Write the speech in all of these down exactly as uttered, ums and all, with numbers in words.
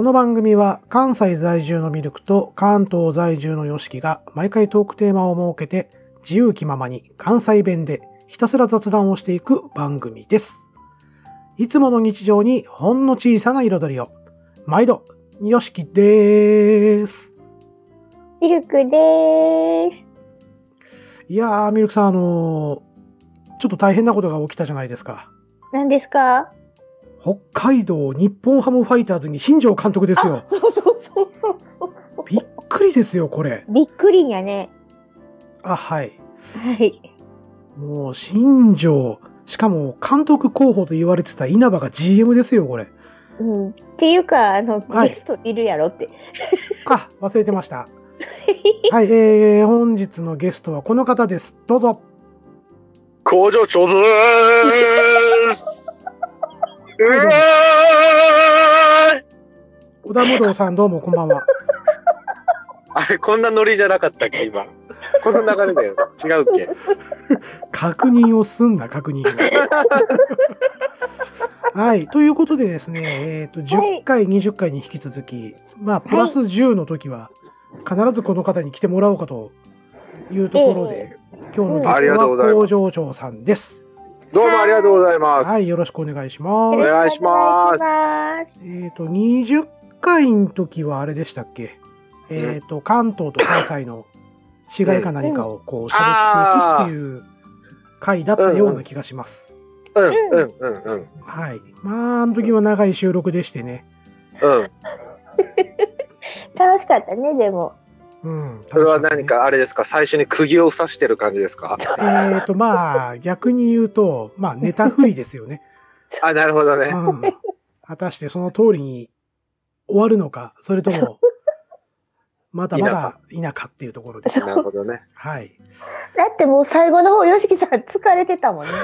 この番組は関西在住のミルクと関東在住のヨシキが毎回トークテーマを設けて自由気ままに関西弁でひたすら雑談をしていく番組です。いつもの日常にほんの小さな彩りを。毎度、ヨシキでーす。 ミルクでーす。 いやー、ミルクさん、あのー、ちょっと大変なことが起きたじゃないですか。 何ですか？ 北海道日本ハムファイターズに新庄監督ですよ。 そうそうそうそう。 びっくりですよ、これ。 びっくりやね。 あ、はい。 はい。 もう、新庄、しかも監督候補と言われてた稲葉が ジーエム ですよ、これ。 うん。っていうか、あの、 はいゲストいるやろって。 あ、忘れてました。はい、えー、本日のゲストはこの方です。どうぞ。 工場長でーす。うわー小田武道さん、どうもこんばんは。 あれ、こんなノリじゃなかったっけ、今。この流れだよ。違うっけ。 確認をすんな、確認を。はい。ということでですね、えっと、じゅっかい、にじゅっかいに引き続き、まあ、プラスじゅうの時は、必ずこの方に来てもらおうかというところで、今日のゲストは工場長さんです。 どうもありがとうございます。 はい、よろしくお願いします。 お願いします。 えっと、にじゅっかいの時はあれでしたっけ？えっと、関東と関西の違いか何かをこう喋っていくっていう回だったような気がします。 うんうんうんうん。 はい。まあ、あの時は長い収録でしてね。 うん。 楽しかったね、でも。 うん。 それは何かあれですか？最初に釘を刺してる感じですか？ えっと、まあ、逆に言うと、まあ、ネタ振りですよね。 あ、なるほどね。 うん。果たしてその通りに終わるのか、それとも、まだまだ否かっていうところです。 なるほどね。 はい。 だってもう最後の方、ヨシキさん疲れてたもんね。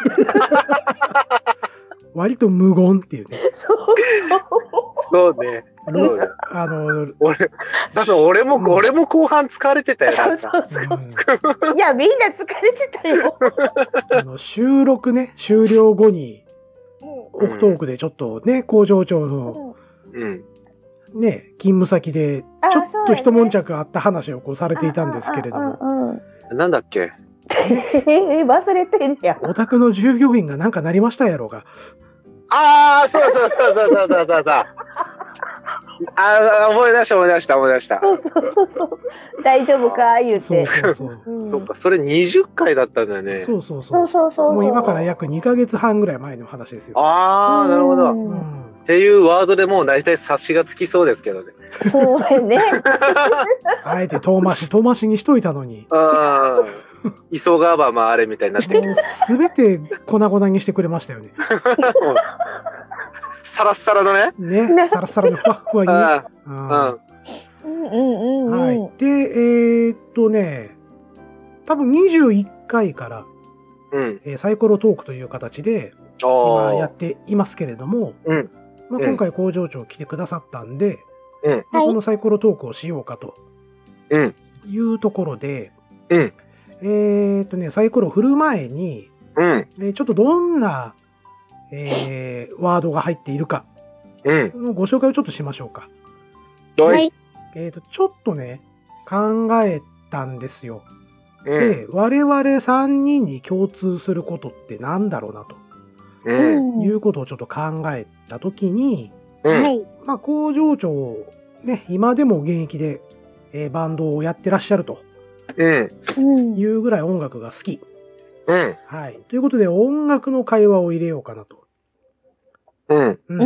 割と無言っていうね。 そうそうね。そうね。 あの、 俺、多分俺も、俺も後半疲れてたよ、なんか。 うん、いや、みんな疲れてたよ。 あの収録ね、終了後に、オフトークでちょっとね、工場長の、 うん。 ね、勤務先で、ちょっと一悶着あった話をこうされていたんですけれども。 なんだっけ？ 忘れてんや。 お宅の従業員がなんかなりましたやろうが。 ああ、そうそうそうそうそうそうそうそう。ああ、思い出した思い出した思い出した。 そうそうそう。大丈夫か言うて。 そうそうそう。 うん、 そうか、それにじゅっかいだったんだよね。 そうそうそう。 そうそうそう。 もう今から約にかげつはんぐらい前の話ですよ。 ああ、なるほど。 うん、 っていうワードでもう大体察しがつきそうですけどね。 そうやね。 あえて遠回し、遠回しにしといたのに。 ああ。急がば回れみたいになってもうすべて粉々にしてくれましたよね。 サラッサラのね。 ね。サラッサラのふわふわに。 ああうんうんうん。 はい。で、えー、っとね、多分にじゅういっかいから、 うんえー、サイコロトークという形で、今やっていますけれども、 うんまあ、今回工場長来てくださったんで、 うんまあ、このサイコロトークをしようかというところで、 うん、 えー、っとね、サイコロ振る前に、 うん、 でちょっとどんな、えー、ワードが入っているかのご紹介をちょっとしましょうか。 はい。 えー、っと、ちょっとね、考えたんですよ。 うん、 で、我々さんにんに共通することってなんだろうなと、うん、いうことをちょっと考えたときに、 うん、 まあ、工場長、ね、今でも現役で、えー、バンドをやってらっしゃると、うん、いうぐらい音楽が好き。 うん、 はい。ということで、音楽の会話を入れようかなと。 うん。 うん。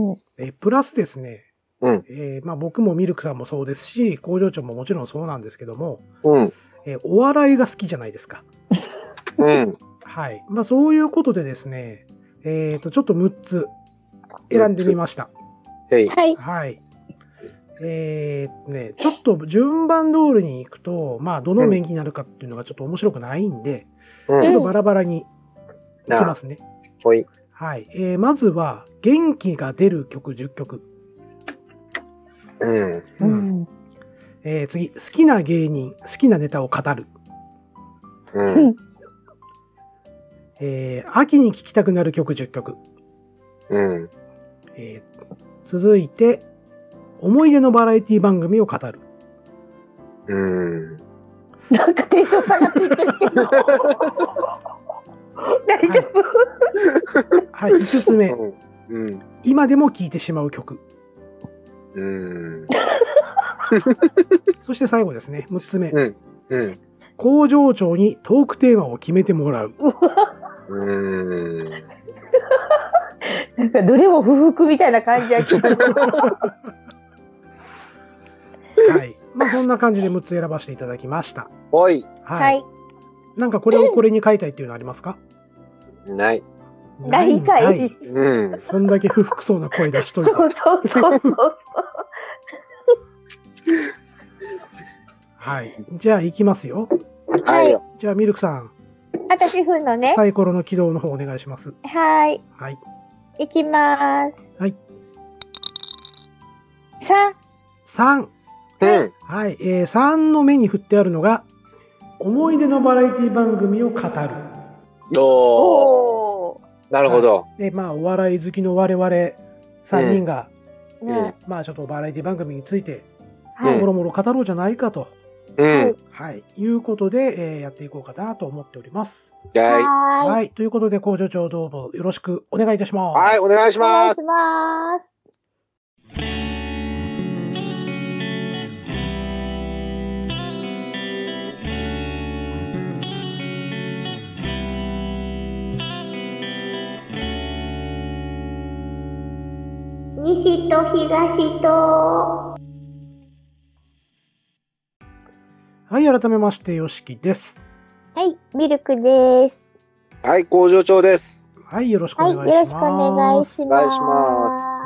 うん、えプラスですね、 うん。 えー、まあ僕もミルクさんもそうですし、工場長ももちろんそうなんですけども、 うん。 えー、お笑いが好きじゃないですか。 うん。 はい。まあそういうことでですね、えっと、ちょっとむっつ選んでみました。 はい。 はい。えー、ね、ちょっと順番通りに行くと、まあどの面になるかっていうのがちょっと面白くないんで、うん、ちょっとバラバラにいきますね。 はい。 はい。えー、まずは、元気が出る曲じゅっきょく。 うん。 うん。えー、次、好きな芸人、好きなネタを語る。 うん。 えー、秋に聴きたくなる曲じゅっきょく。 うん。 えー、続いて、 思い出のバラエティ番組を語る。 うん。 なんかテンション下がっていってるけど。大丈夫？ はい、いつつめ、 うんうん、 今でも聴いてしまう曲。 うん。 そして最後ですね、むっつめ、 うんうん、 工場長にトークテーマを決めてもらう。 うん。 なんかどれも不服みたいな感じやけど。 はい。まあそんな感じでむっつ選ばせていただきました。 おい。 はい。 はい。 なんかこれをこれに書いたいっていうのありますか？ ない。 ないんかい。 うん。 そんだけ不服そうな声出しといて。 そうそうそうそう。 はい。じゃあ行きますよ。 はい。 じゃあミルクさん。 私振るのね。 サイコロの起動の方お願いします。 はい。 はい。 いきまーす。 はい。 三。 三。 うん。 はい。えー、三の目に振ってあるのが、思い出のバラエティ番組を語る。 おー。なるほど。 で、まあ、お笑い好きの我々さんにんが、 うん、 まあ、ちょっとバラエティ番組について、 はい、 もろもろ語ろうじゃないかと。 うん。 はい。いうことで、えー、やっていこうかなと思っております。 はい。 はい。ということで、工場長どうぞよろしくお願いいたします。 はい、お願いします。 お願いします。 西と東と。 はい、改めまして、よしきです。 はい、ミルクです。 はい、工場長です。 はい、よろしくお願いします。はい、 よろしくお願いします。 お願いします。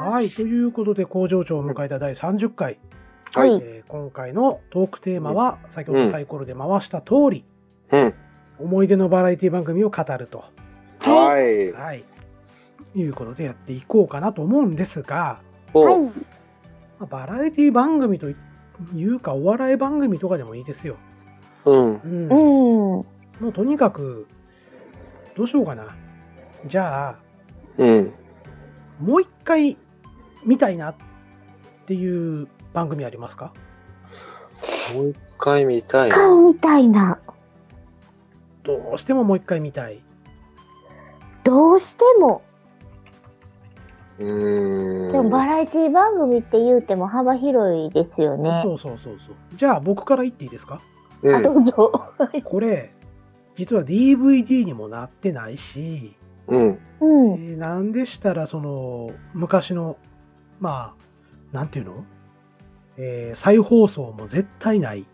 はい、ということで、工場長を迎えただいさんじゅっかい。 はい、 えー、今回のトークテーマは、うん、先ほどサイコロで回した通り、 うん、 思い出のバラエティ番組を語ると。 はい。 はい。いうことでやっていこうかなと思うんですが、 はい、 まあ、バラエティ番組というか、お笑い番組とかでもいいですよ。 うん。 うん。もうとにかく、どうしようかな。じゃあ、 うん。 もう一回見たいなっていう番組ありますか？ もう一回見たいな。 一回見たいな。 どうしてももう一回見たい。 どうしても。 うーん。 でもバラエティ番組って言うても幅広いですよね。 そうそうそうそう。じゃあ僕から言っていいですか？ うん、 あ、どうぞ。 これ、実は ディーブイディー にもなってないし、 うん。 うんえー、なんでしたら、その、昔の、まあ、なんていうの、えー、再放送も絶対ない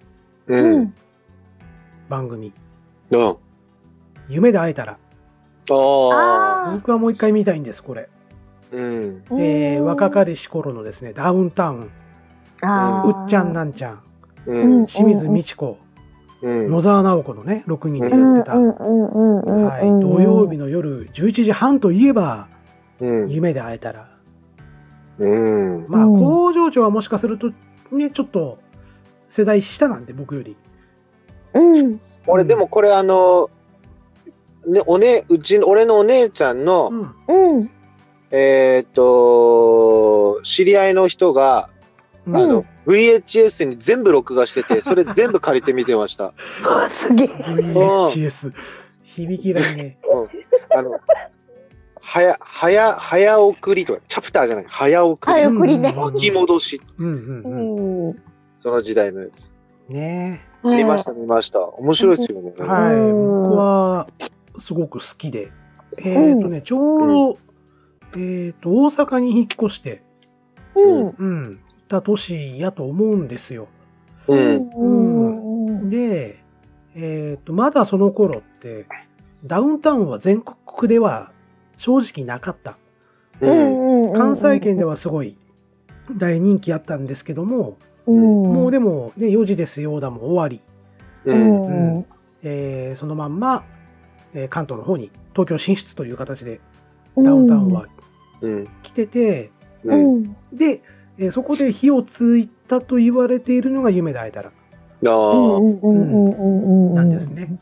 番組。 うん。 夢で会えたら。 あ僕はもう一回見たいんです、これ。 うん。 えー、若かりし頃のですね、ダウンタウン、 あうっちゃんなんちゃん、 うん、 清水ミチコ、うん、野沢直子のね、ろくにんでやってた。はい、土曜日の夜じゅういちじはんといえば、うん、夢で会えたら。うん、まあ、工場長はもしかすると、ね、ちょっと世代下なんで、僕より。 うん。 俺、でもこれあの、ね、おね、うちの、俺のお姉ちゃんの、 うん、 えっと、知り合いの人が、うん、あの、ブイエイチエス に全部録画してて、それ全部借りて見てました。 すげえ。 ブイエイチエス。響きがいいね。 うん。あの、早、早、早送りとか、チャプターじゃない、早送り。 早送りね。 巻き戻し。 うんうんうん。 その時代のやつ。 ねえ。見ました、見ました。面白いですよね。 はい。僕は、すごく好きで。えっとね、ちょうど、えっと、大阪に引っ越して、 うん。 うん。た年やと思うんですよ。 うん。 うん、で、えっと、まだその頃って、ダウンタウンは全国では正直なかった。 うん、 関西圏ではすごい大人気あったんですけども、 うん、 もうでも、ね、よじですよだも終わり。 うんうんえー、そのまんま、えー、関東の方に東京進出という形でダウンタウンは来てて、 うん、 で、えー、そこで火をついたと言われているのが夢で会えたらなんですね。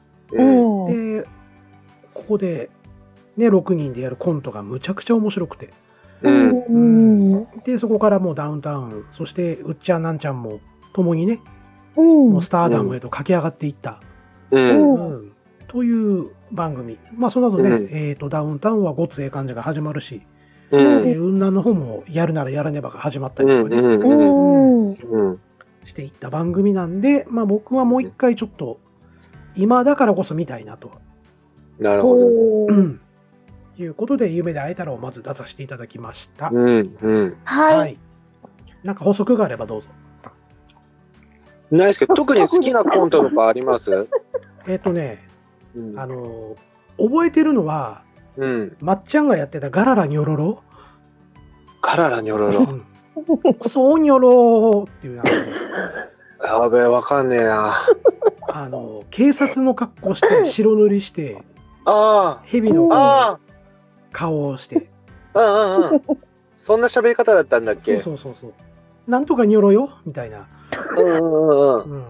で、ここで、ね、ろくにんでやるコントがむちゃくちゃ面白くて。 うん。 うん。 で、そこからもうダウンタウン、そしてうっちゃんなんちゃんも共にね、 うん。 もうスターダムへと駆け上がっていった、 うん。 うんという番組。まあその後ね、 うんえっ、と、ダウンタウンはごつええ感じが始まるし、 うん。 で、雲南の方もやるならやらねばが始まったうん。 りとかね、 うん。 うん。 うん。 していった番組なんで、まあ僕はもう一回ちょっと、今だからこそ見たいなと。 なるほど。 おーうん。いうことで、夢で会えたらをまず出させていただきました。 うん。うん。 はい。 なんか補足があればどうぞ。 ないですけど、特に好きなコントとかありますえっ、とね、 うんあのー覚えてるのは、 うん。 まっちゃんがやってたガララニョロロ。 ガララニョロロ。 うんそうニョローっていうなんかね、 やべえ、わかんねえな。 あのー警察の格好して白塗りして、 あ蛇のあ。あ顔をして、 あ。うんうんうん。そんな喋り方だったんだっそうけそうそうそう。なんとかニョロよみたいな。 うんうんうんうん。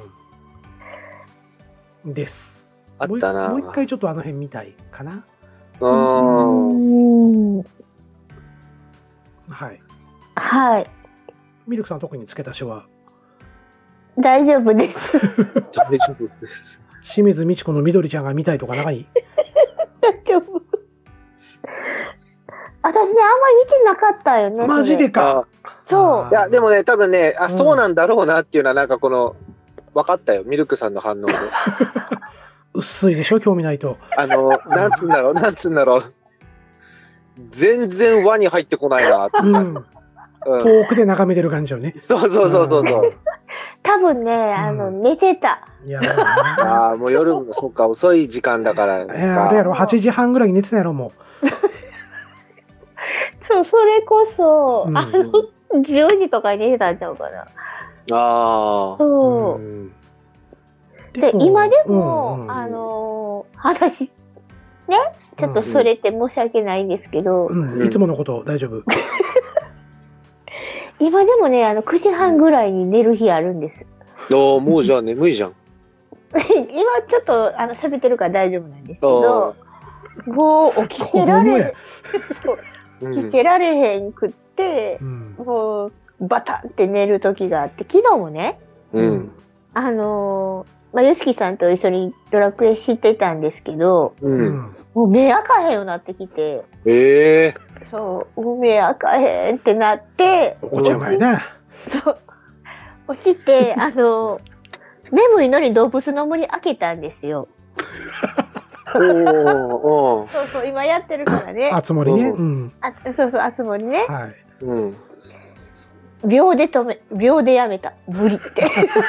うん。です。 あったな。 もう一もう一回ちょっとあの辺見たいかな。 うん。 うん。 はい。 はい。 ミルクさん特に付け足しは、 大丈夫です。 大丈夫です。 清水美智子の緑ちゃんが見たいとか長い大丈夫。私ね、あんまり見てなかったよね。 マジでそか。 そういや、でもね、 ね、多分ね、あ、 うんそうなんだろうなっていうのは、なんかこの、分かったよ。ミルクさんの反応で。 薄いでしょ興味ないと。 あの、なんつうんだろう、なんつうんだろう。全然輪に入ってこないな。 うん。 うん。 遠くで眺めてる感じよね。 そうそうそうそうそう。 多分ね、あの、 うん寝てた。 いや、だよなああ、もう夜も、そっか、遅い時間だからですえーあれやろ、 か。 はちじはんぐらいに寝てたやろ、もそう、それこそ、 うんあの、じゅうじとかに寝てたんちゃうかな。 ああ。 う。 そう。 んで、今でも、 うんうんあのー話、ね、ちょっとそれって申し訳ないんですけど、 うん、いつものこと大丈夫。 今でもね、あの、くじはんぐらいに寝る日あるんです。 おーもうじゃあ眠いじゃん。 今ちょっと、あの、喋ってるから大丈夫なんですけど、もう起きてら子供やれ、そううん起きてられへんくってう、ん。 もう、バタンって寝る時があって、昨日もね、 うん。 あのー、まあ、ヨシキさんと一緒にドラクエ知ってたんですけど、 う。 うんん。 もう目開かへんようになってきて、 ええそう、もう目開かへんってなって、 お子ちゃまやな。 そう、起きて、あの、眠いのに動物の森開けたんですよ。 ー。おーおーそうそう、今やってるからね。 あつ森ね。 ううん。 あ、そうそう、あつ森ね。 はい。 うん。 秒で止め、秒でやめた。無理って。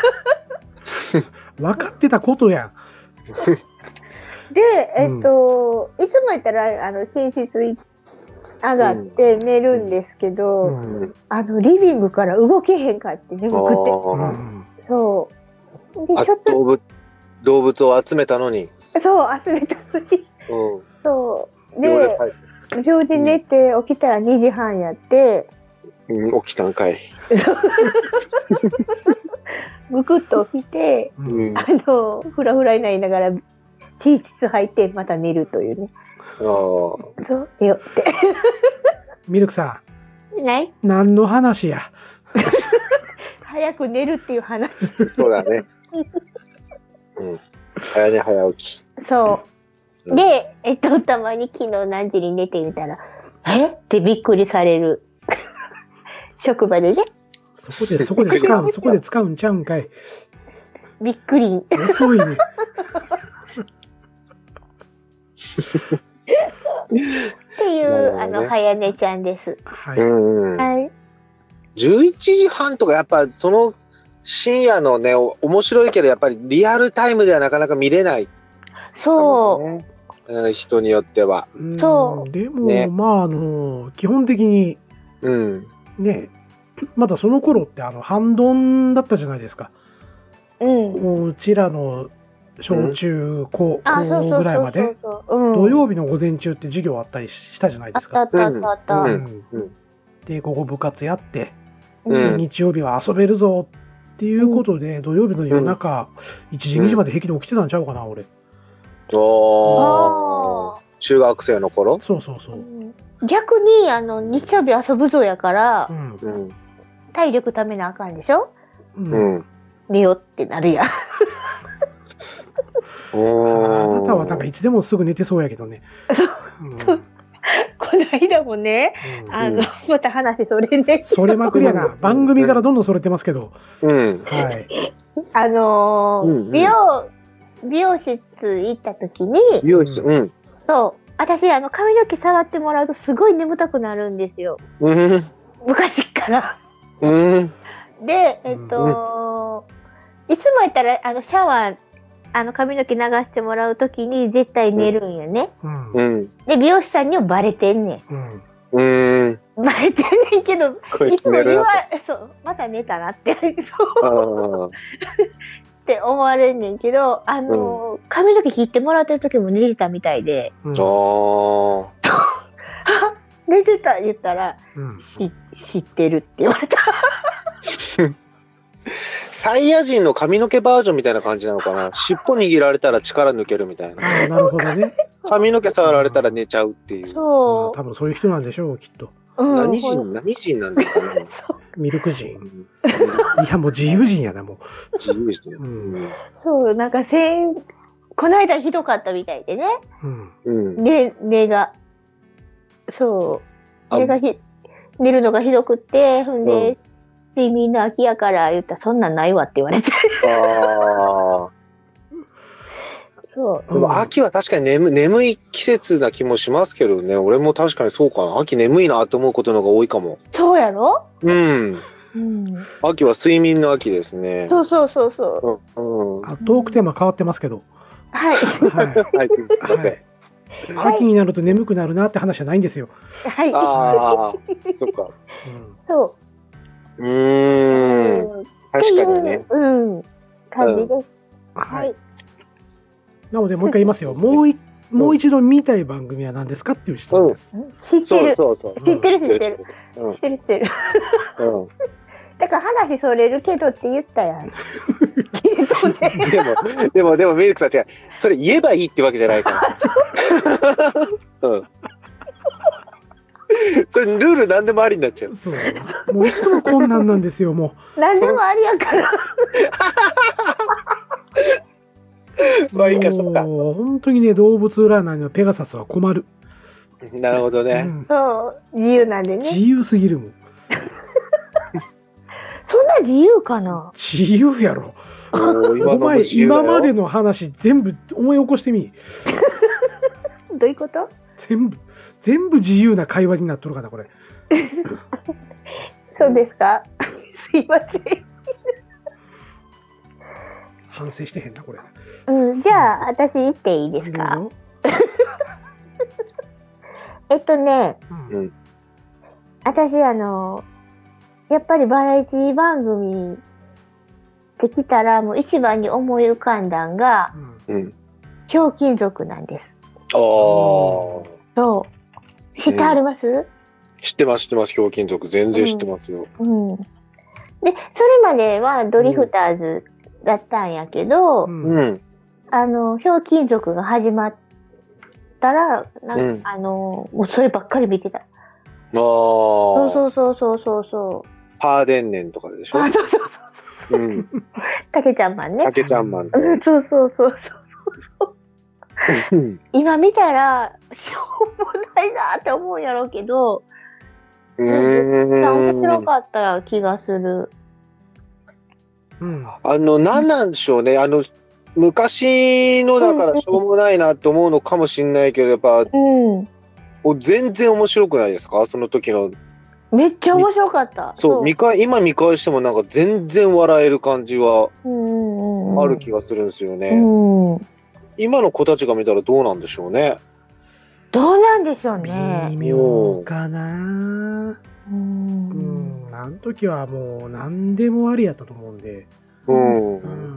分かってたことやん。 で、えっと、いつもやったら、あの、寝室上がって寝るんですけど、 うん。 あの、リビングから動けへんかって眠くて。 うあん。 そう。で、 あ。 ちょっと、 動物、動物を集めたのに。 そう、集めたのに。 うん。 そう。で、 秒で帰って秒で寝て起きたらにじはんやって、 うん、起きたんかい。 むくっと起きて、 う。 うんん。ああの、ふらふらになりながら、寝室入ってまた寝るというね。 あ。 そう、寝よって。 ミルクさないん、何の話や。 早く寝るっていう話。 そうだね。うん。早寝早起き。 そう。で、えっと、たまに昨日何時に寝てみたら、えってびっくりされる。職場でね、 そこで、そこで使う、そこで使うんちゃうんかい。 びっくり。 遅いね。 っていう、 なるほどねあの、早寝ちゃんです。 はい。 うんうん。 はい。 じゅういちじはんとかやっぱその深夜のね、お面白いけどやっぱりリアルタイムではなかなか見れない、 そう。 ねうん、人によっては。 うんそでも、 ねまあ、あの、基本的に、 うん。 ね、まだその頃って、あの、半ドンだったじゃないですか。 うん。 もううちらの小中高あ、そうそうそう校ぐらいまで、 そうそう。うん。 土曜日の午前中って授業あったりしたじゃないあですか。 ったあったあったあった。 うんうんで、午後部活やって、 うんで日曜日は遊べるぞっていうことで、土曜日の夜中、いちじ、にじまで平気で起きてたんちゃうかな、俺。 おーあ中学生の頃そうそうそうう。 ん逆にあの日曜日遊ぶぞやからうんうん。 体力ためなあかんでしょ。 ううんん。 寝よってなるやん。 おあなたはなんかいつでもすぐ寝てそうやけどね。うんこの間もね、 うんあの、また話それね。 それまくりやな。番組からどんどんそれてますけど。 うん。 はい。 あのーうんうん美容、美容室行った時に、 美容室、うん。 そう、私、あの、髪の毛触ってもらうとすごい眠たくなるんですよ。 うん。 昔から。 うん。 で、えっと、いつもやったら、あの、シャワー、あの、髪の毛流してもらう時に絶対寝るんよね。 うんうん。 で、美容師さんにもバレてんねうんうん。 ん。バレてんねんけど、 こいいつも言わつ寝るな。、 そう、また寝たなって、そうああ。 って思われんねんけど、あの、髪の毛切ってもらってる時も寝てたみたいで、 うんああ。 寝てた言ったら、 うんし知ってるって言われた。 サイヤ人の髪の毛バージョンみたいな感じなのかな。尻尾握られたら力抜けるみたいな。 ああ、なるほどね。 髪の毛触られたら寝ちゃうっていう。 まあそ多分そういう人なんでしょう、きっと。 う。うん何ほん人、何人なんですかね。 ミルク人。 うんいや、もう自由人やな、も自由ですね。 うんそう、なんかせん、この間ひどかったみたいでね。 う。うん。 うん。 ね、寝が。そう。 あ寝がひ、寝るのがひどくって、ほんうで、睡眠の空きやから言ったらそんなんないわって言われて。 ああ。 そう。 でも秋は確かに眠眠い季節な気もしますけどね。俺も確かにそうかな。秋眠いなと思うことの方が多いかも。 そうやろ？ うん。 うん。 秋は睡眠の秋ですね。 そうそうそうそう。 うん。うん。 あ、トークテーマ変わってますけど。 はい。 はい。 はい、すみません。 はい秋になると眠くなるなって話じゃないんですよ。 はい。 ああ、そっか。 うんそう。 うーん。 うん確かにね。 っていううん。感じです。 ははいい。 なので、もう一回言いますよ。もういもう一度見たい番組は何ですかっていう質問です。 そう知ってる。 そうそう。 知ってるうん知ってる。 うん知ってる知ってる。 うん。 だから話それるけどって言ったやん。けどね。 でも、でも、でも、ミルクさん違う。それ言えばいいってわけじゃないから。うん。それルール何でもありになっちゃう。 そう。もういつもこんなんなんですよ、も何でもありやから。 う。 まあいいか、そっか。 もう本当にね、動物占いのペガサスは困る。 なるほどね。 うんそう。自由なんでね。 自由すぎるもん。 そんな自由かな？ 自由やろ。 おー今のもお前、 自由だよ今までの話全部思い起こしてみ。 どういうこと？ 全部、全部自由な会話になっとるかな、これ。 そうですか？すいません。 反省してへんな、これ。 うん、じゃあ私言っていいですどうか？ ぞ。 えっとね、 うんうん私あのやっぱりバラエティ番組できたらもう一番に思い浮かんだんがうんうん。 ひょうきん族なんです。 ああ。 そう。知ってあります？ 知ってます、知ってます。ひょうきん族。全然知ってますよ。 うん。で、それまではドリフターズだったんやけど、 うんうん。 あの、ひょうきん族が始まったら、なんうんあの、もうそればっかり見てた。 ああ。 そうそうそうそうそうそう。 パーデンネンとかでしょ。 あ、そうそうそう。 うん。 たけちゃんマンね。 たけちゃんマンと。 うんそうそうそうそうそう。 うん今見たら、しょうもないなって思うんやろうけど、 う面白ーん。 かった気がする。 うん。 あの、なんなんでしょうね。あの、昔のだからしょうもないなと思うのかもしれないけど、やっぱ、 うん。 もう全然面白くないですかその時の。 めっちゃ面白かった。 そう、見返、今見返してもなんか全然笑える感じはうんうんうん。 ある気がするんですよね。 うん。 今の子たちが見たらどうなんでしょうね。 どうなんでしょうね。 微妙かな。 う。 うんん。あの時はもう何でもありやったと思うんで。 うん。 うん。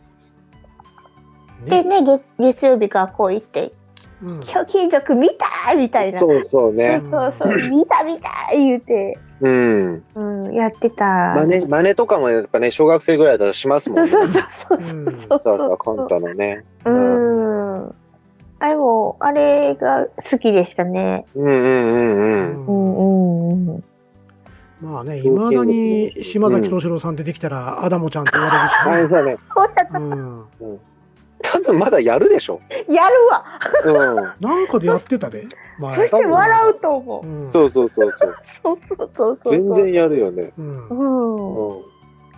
でね、月月曜日学校行って、 うん。 ひょうきん族見たみたいな。 そうそうね。 そうそうそう、見た見た言うて、 うん。 うん、やってた。 真似、真似とかもやっぱね、小学生ぐらいだったらしますもんね。 そうそうそうそう。 うんそうそうそう、コントのね。 うん。 あれも、あれが好きでしたね。 うんうんうんうん。 うんうんうん。 まあね、いまだに島崎敏郎さん出てきたら、アダモちゃんって言われるしあれね。 さね、 そうだった。 うん。 多分まだやるでしょ。 やるわ。 うん。 なんかでやってたで。 そ前して笑うと思う。 うんそうそうそうそう。 そうそうそうそう。 全然やるよね。 うん。 うん。 うん。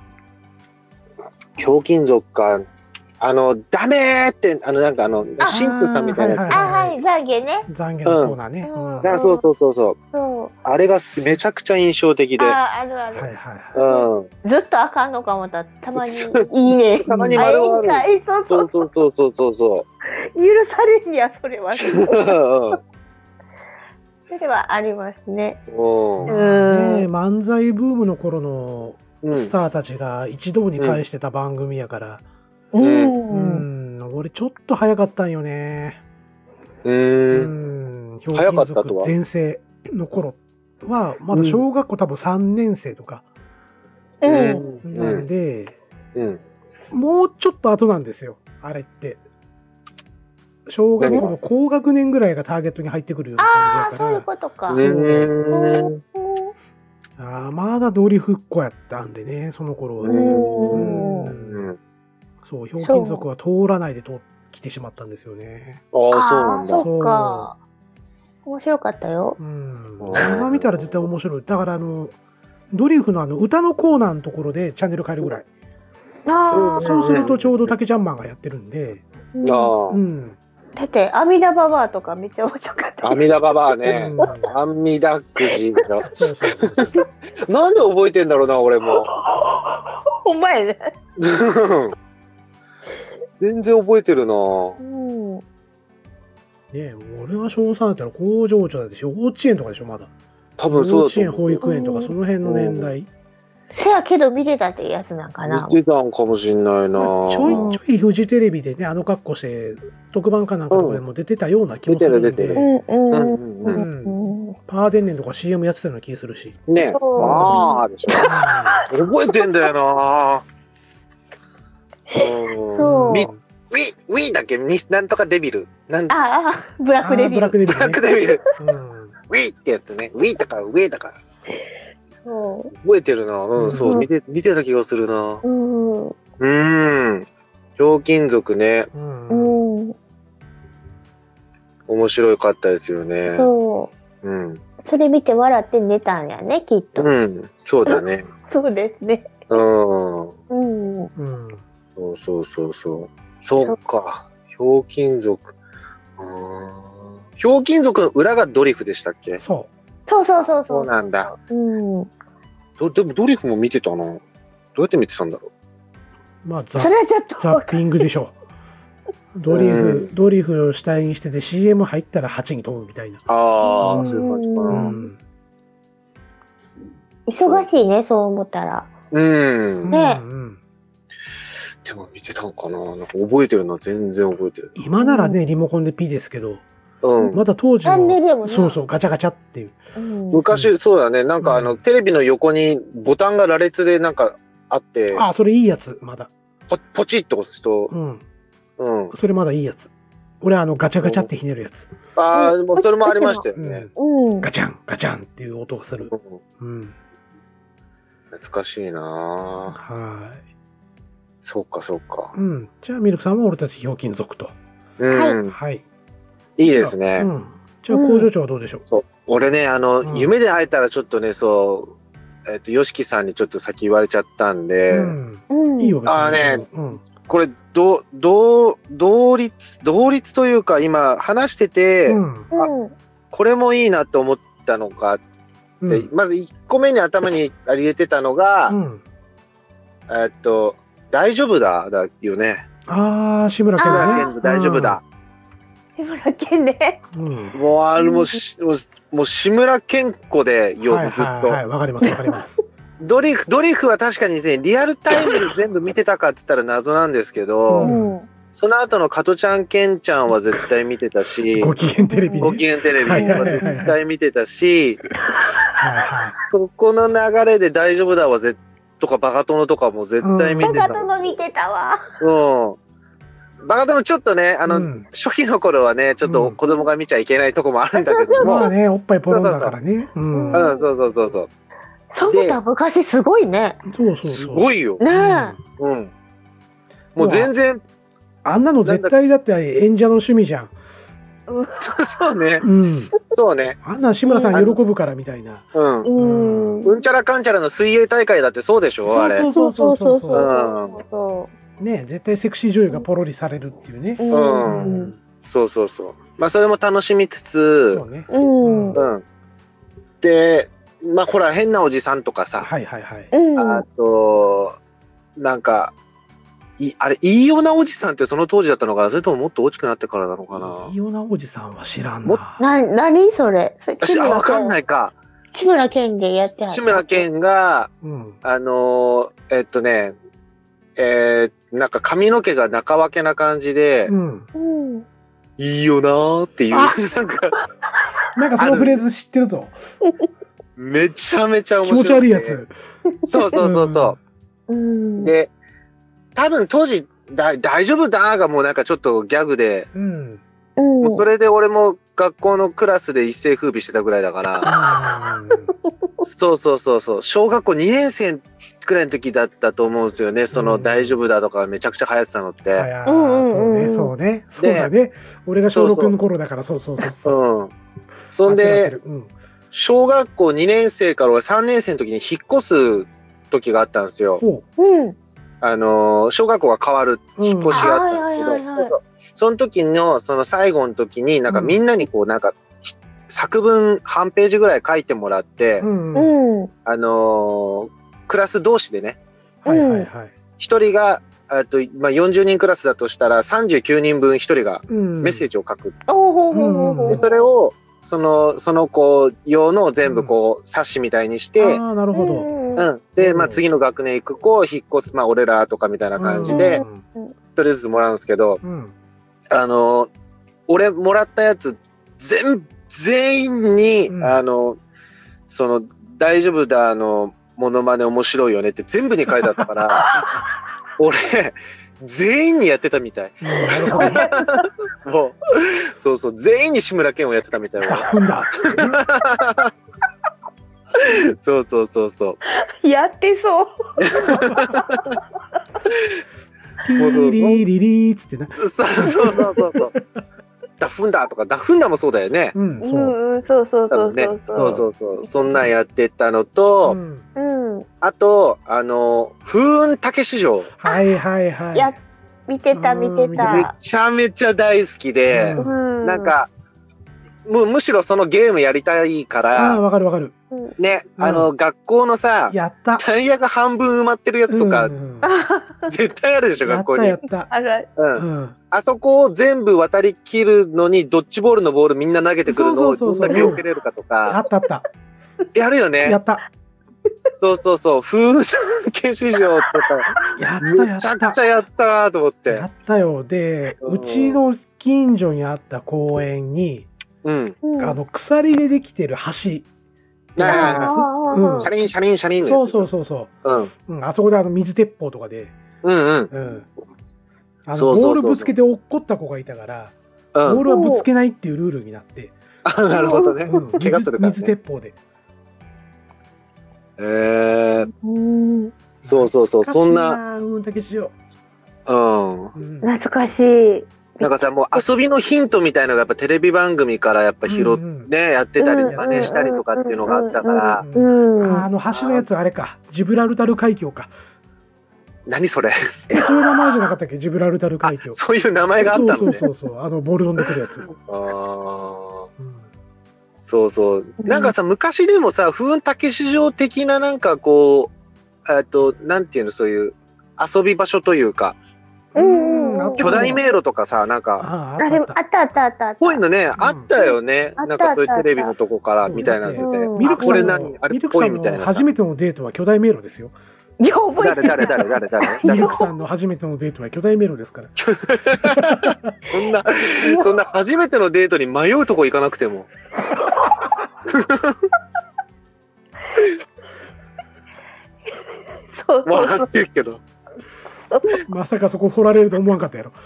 ひょうきん族か。あの、ダメーって、あの、なんかあの、神父さんみたいなやつ。 あ、はい、懺悔ね。 懺悔のコーナーね。 うんうんさあ、そうそうそうそう。 そう。 あれがすめちゃくちゃ印象的で。 あ、あるあはいはいる。 はうん。 ずっとあかんのかもた。たまにそういいね。 たまに丸々 あれかいそうそそううそうそうそうそう許されんや、それは。 そう。 それはありますね。 うんい。まあね、漫才ブームの頃のうん。 スターたちが一堂に会してた番組やから、 う。 うんん、俺ちょっと早かったんよね。 う。 うんん、ひょうき早ん族かったとは全盛の頃は、まだ小学校多分さんねん生とかうん。 なんで、 うん。 もうちょっと後なんですよ、あれって。小学校の高学年ぐらいがターゲットに入ってくるようなああ、 感じやそういうことか。 そううん。 ああ、まだドリフっ子やったんでね、その頃は。 うんうんそう、ひょうきん族は通らないで通来てしまったんですよね。 ああ、そうなんだ。 あーそっか。面白かったよ。 うん。 あー今見たら絶対面白い。だからあの、ドリフのあの歌のコーナーのところでチャンネル変えるぐらい。 ああ、 そうするとちょうど竹ちゃんマンがやってるんで。 ああ。 うん。 だって、阿弥陀ババアとかめっちゃ面白かった。 阿弥陀ババアねう。ん阿弥陀くじの。 そうそうそうそう。 なんで覚えてんだろうな、俺も。 ほんまやね。 全然覚えてるな。 うん。 ねえ、俺は小さんだったら工場長だってし、幼稚園とかでしょ、まだ。 多分幼そうだと思う。 稚園、保育園とかその辺の年代。 せやけど見てたってやつなんかな。 見てたんかもしんないな。 まあちょいちょいフジテレビでね、あの格好して、特番かなんかとかでも出てたような気もするんで、 出てる出てるうんうんうんううんうん。 ん。 パーデンネンとか シーエム やってたような気するし。 ねそうああ、でしょ。覚えてんだよな。うんそうミスウィウィだっけミスなんとかデビル。なんああ、ブラックデビル。 ブラックデビブラックルね。 デビル。 うんウィってやつね。ウィだからウェだから。 そ覚えてるな。うん、 うんそう、見て、見てた気がするな。 う。うん。 うーん。ひょうきん族ね。 うんうん。 面白かったですよね。 そう。 うん。 それ見て笑って寝たんやね、きっと。 うん。そうだね。 そうですね。 うん。 うん。 うん。 そうそうそうそう。そうか。ひょうきん族。うーん。ひょうきん族の裏がドリフでしたっけ？ そそうそうそうそう。 そうなんだ。 うん。 どでもドリフも見てたな。どうやって見てたんだろう。まあ、ザそれはちょっとザッピングでしょ。ドリフ、ドリフを主体にしてて シーエム 入ったらはちに飛ぶみたいな。 う。ああ、 うんそういう感じかうな。 ん。 忙しいね、そう思ったら。 うん。 ねうんでも見てたんかな。なんか覚えてるのは全然覚えてる。 今ならね、リモコンで P ですけど、 うん。 まだ当時チャンネルでもの、 ねそうそう、ガチャガチャっていう。 うん。 昔、そうだね。なんかあの、 うんテレビの横にボタンが羅列でなんかあって、 あ、それいいやつ、まだ。 ポポチッと押すと、 うん。 うん。 それまだいいやつ。俺あの、ガチャガチャってひねるやつ。 ああ、もうそれもありましたよね。 うん。 ガチャン、ガチャンっていう音がするう。んうん。 懐かしいなぁ。 はそうか、そうかい。。うん。じゃあ、ミルクさんは俺たちひょうきん族と。 うん。 はい。 いいですね。 うん。じゃあ、工場長はどうでしょう。 そう。俺ね、あの、 うん夢で会えたらちょっとね、そう、えっ、と、ヨシキさんにちょっと先言われちゃったんで、 うん。 うん。 いいよ、別に。 あーねうん。 これ、ど、ど、同率、同率というか、今話してて、 うん。 うん。 これもいいなと思ったのがあって、 うん。 まずいっこめに頭に入れてたのが、 うん。 えっと、大丈夫だ、だよね。 あー、志村け志んね。 村けんの大丈夫だ。 志村けんね。 うん。 もう、あれもし、もう、もう志村けん子でよ、 はいずっと。 はいはい、わかりますわかります。 ドリフ、ドリフは確かにね、リアルタイムで全部見てたかっつったら謎なんですけど、 ううんん。 その後の加トちゃん、ケンちゃんは絶対見てたし、 ご機嫌テレビご機ね。 嫌テレビは絶対見てたし、 はいはい。 そこの流れで大丈夫だわ、ぜとかバカ殿とかも絶対見てた。 バカ殿見てたわ。 うん。 バカ殿ちょっとね、あの、 うん、 初期の頃はね、ちょっと子供が見ちゃいけないとこもあるんだけども。 まあね、おっぱいポロンだからね。うん。 うん、そうそうそうそう。 そう思ったら昔すごいね。 そうそうそう。 すごいよ。 ねえ。 うん。もう全然。 あんなの絶対だって演者の趣味じゃん。 そうそうね。 うん。 そうね。 あんな志村さん喜ぶからみたいな。 うん。うんうんちゃらかんちゃらの水泳大会だってそうでしょあれ。 そうそうそうそうそう。 ね絶対セクシー女優がポロリされるっていうね。 うん。そうそうそう。まあそれも楽しみつつ。 そうね。 うん。 うん。で、まあほら変なおじさんとかさ。 はいはいはい。 あと、なんか、いあれ、いいようなおじさんってその当時だったのかなそれとももっと大きくなってからなのかないいようなおじさんは知らんな。 な、なにそれあ、わかんないか。 志村けんでやってはった。 志村けんが、うん、あのー、えっとね、えー、なんか髪の毛が中分けな感じで、うん、いいよなーっていう、なんか、 なんかそのフレーズ知ってるぞ。 めちゃめちゃ面白い。 気持ち悪いやつ。 そうそうそうそう。うん、で、多分当時だ大丈夫だーがもうなんかちょっとギャグで、うん、もうそれで俺も学校のクラスで一世風靡してたぐらいだから、そうそうそうそう、小学校にねん生くらいの時だったと思うんですよね、その大丈夫だとかめちゃくちゃ流行ってたのって。 ああ、そうね、そうね、そうだね。俺が小ろくの頃だから、そうそうそうそう。 うん。そんで、うん、小学校にねん生から俺さんねん生の時に引っ越す時があったんですよ。うん。あのー、小学校が変わる引っ越しがあったんですけど、その時の、その最後の時に、なんかみんなにこう、なんか、作文半ページぐらい書いてもらって、うん、あのー、クラス同士でね、はいはいはい。一人が、あと、まあ、よんじゅうにんクラスだとしたら、さんじゅうきゅうにんぶん一人がメッセージを書く。うん、でそれを、その、その子用の全部こう、冊子みたいにして、 ああ、なるほど。 うん。で、まあ次の学年行く子、引っ越す、まあ俺らとかみたいな感じで、一人ずつもらうんですけど、うん、あの、俺もらったやつ、全、全員に、うん、あの、その、大丈夫だ、あの、モノマネ面白いよねって全部に書いてあったから、俺、全員にやってたみたい。もう、そうそう、全員に志村けんをやってたみたい。そうそうそうそう。 やってそう。 ティーリリリーつってな。 そうそうそうそうそう。ダフンダとかダフンダもそうだよね。 うん、そう。そうそうそうそう。 そうそうそう。そんなんやってたのと、うん。あと、あの、風雲竹市場。 はいはいはい。 や、見てた見てた。 めちゃめちゃ大好きで、なんか、む、むしろそのゲームやりたいから。 ああ、わかるわかる。 ね、うん、あの、学校のさ、 やった。 タイヤが半分埋まってるやつとか、うん、絶対あるでしょ、学校に。 やったやった。 ある。 うん。あそこを全部渡り切るのに、ドッジボールのボールみんな投げてくるのをどんだけ避けれるかとか。 あったあった。 やるよね。 やった。 そうそうそう。風船消し場とか。 やったやった。 めちゃくちゃやったと思って。 やったよ。で、うちの近所にあった公園に、うん、あの、鎖でできてる橋。 あうん、シャリンシャリンシャリンそうそうそうそう、うんうん、あそこであの水鉄砲とかで、 うんうん、 うん、あのボールぶつけて落っこった子がいたから、うん、ボールはぶつけないっていうルールになって、 あなるほどね、うん、怪我するから、ね、 水鉄砲で。 えー、うんそうそうそうそんな、 うん、竹塩、 うん、 懐かしい。 なんかさ、もう遊びのヒントみたいのがやっぱテレビ番組からやっぱ拾って、うんうん、ね、やってたり、真似したりとかっていうのがあったから。 あの橋のやつあれか、ジブラルタル海峡か。 何それえ、そういう名前じゃなかったっけ、ジブラルタル海峡。 そういう名前があったのね。 そうそうそうそう、あのボール飛んでくるやつ。ああ、うん。そうそう。なんかさ、昔でもさ、風雲竹市場的ななんかこう、えっと、なんていうの、そういう遊び場所というか、うん、巨大迷路とかさ、なんか。 あ、でも、あったあったあったあった。 こういうのね、あったよね。なんかそういうテレビのとこから、みたいなので。 ミルクさんの、あれっぽいみたいな。初めてのデートは巨大迷路ですよ。 誰誰誰誰誰ミルクさんの初めてのデートは巨大迷路ですから。 そんな、そんな初めてのデートに迷うとこ行かなくても。笑ってるけど。 まさかそこ掘られると思わんかったやろ。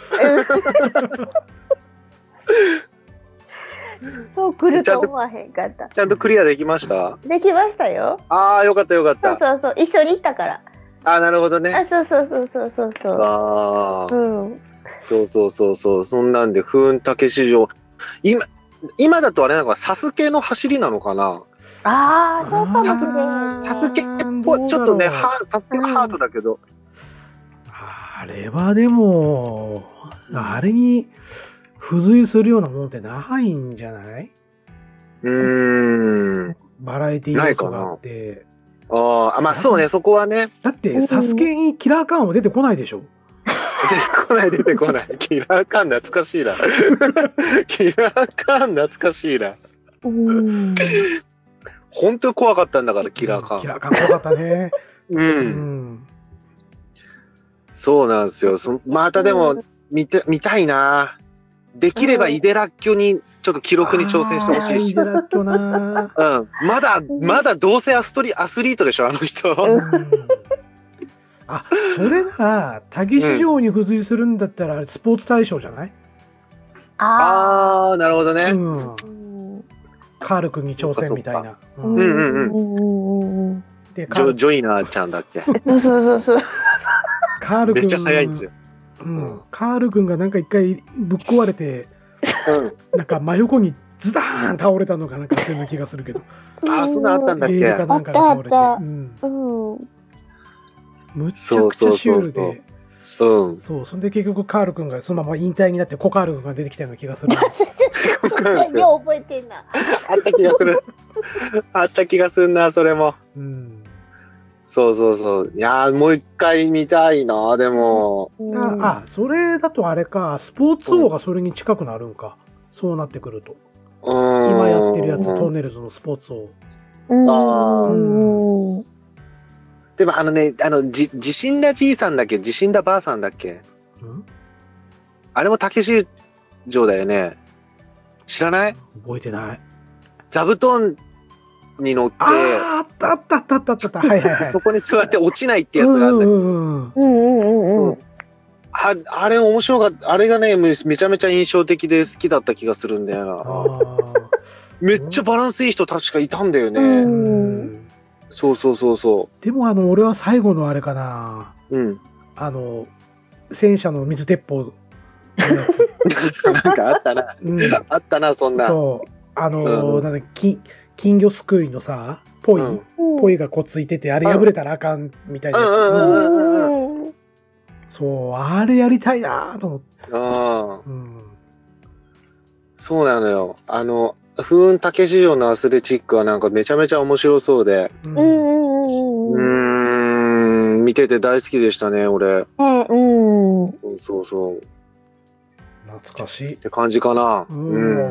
そう来ると思わへんかった。 ちゃんとクリアできました？ できましたよ。 ああ、よかったよかった。 そうそうそう、一緒に行ったから。 ああ、なるほどね。 あ、そうそうそうそうそうそう。 ああ、 うん。 そうそうそうそう、そんなんで風雲竹市場、今今だとあれなんかサスケの走りなのかな。 ああ、そうかもしれん。サスケっぽい、ちょっとね、はサスケのハートだけど。 あれはでも、あれに付随するようなものってないんじゃない？ うーん。 バラエティー要素があって。 ああ、まあそうね、そこはね。 だって、サスケにキラーカーンは出てこないでしょ。 出てこない出てこない。キラーカーン懐かしいな。キラーカーン懐かしいな。本当に怖かったんだから、キラーカーン。 キラーカーン怖かったね。 うん。うん、そうなんですよ。そまたでも、見て、見たいな。できればイデラッキョにちょっと記録に挑戦してほしいし。 イデラッキョな。 うん。まだ、まだどうせアストリ、アスリートでしょ、あの人。うん、 あ、それなら、竹市場に付随するんだったら、スポーツ大賞じゃない？ ああ、なるほどね。うん、 カール君に挑戦みたいな。 うんうんうん。で、ジョ、ジョイナーちゃんだっけ。そうそうそう。 カール君。 めっちゃ早いんですよ。 うん。カール君がなんか一回ぶっ壊れて、うん、なんか真横にズダーン倒れたのがなんか変な気がするけど。 ああ、そんなあったんだっけ。レールかなんかが倒れて。うん。 むっちゃくちゃシュールで。うん。そう、そんで結局カール君がそのまま引退になってコカール君が出てきたような気がする。 よう覚えてんな。 あった気がする。あった気がするな、それも。うん。そうそうそう。いやー、もう一回見たいな、でも。 あ、あ、それだとあれか、スポーツ王がそれに近くなるんか。そうなってくると。今やってるやつ、トンネルズのスポーツ王。ああ。うんでもあのね、あの、じ、地震だじいさんだっけ、地震だばあさんだっけ、んあれも竹市場だよね。知らない？ 覚えてない。 座布団に乗って。ああ、あったあったあったあったあった。はいはいはい。 そこに座って落ちないってやつがあるんだけど。うんうんうんうん。あ, あれ面白かった。あれがね、めちゃめちゃ印象的で好きだった気がするんだよな。めっちゃバランスいい人確かいたんだよね。うんそうそうそうそう。 でもあの、俺は最後のあれかな。うん。あの、戦車の水鉄砲のやつ。なんかあったな。うん、あったな、そんな。 そう。あの、うん、なんだ金、金魚すくいのさ、ポイ、うん、ポイがこうついてて、あれ破れたらあかんみたいな。そう、あれやりたいなと思って。あうん、 そうなのよ。あの、風雲竹市場のアスレチックはなんかめちゃめちゃ面白そうで。うん。うん、見てて大好きでしたね、俺。うん。そうそう。 懐かしい。 って感じかな。 うん。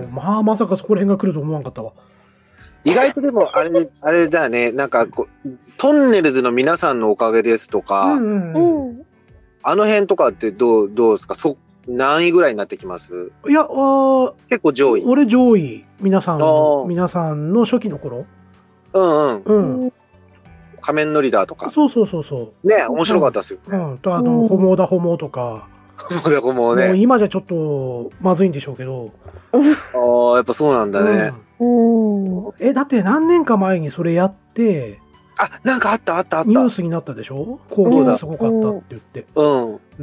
まあ、まさかそこら辺が来ると思わんかったわ。 意外とでも、あれ、あれだね、なんかこう、トンネルズの皆さんのおかげですとか、うんうん、あの辺とかってどう、どうですか？そ、何位ぐらいになってきます？ いや、あ結構上位。 俺上位。皆さんの、皆さんの初期の頃。 うんうん。うん。仮面のリーダーとか。 そうそうそうそう。ね、面白かったですよ。 うん。うん、と、あの、ホモだホモとか。 ホモだホモね。もう今じゃちょっと、まずいんでしょうけど。 ああ、やっぱそうなんだね。 うん。え、だって何年か前にそれやって、 あ、なんかあったあったあった。 ニュースになったでしょ？講義がすごかったって言って。 うん。うん。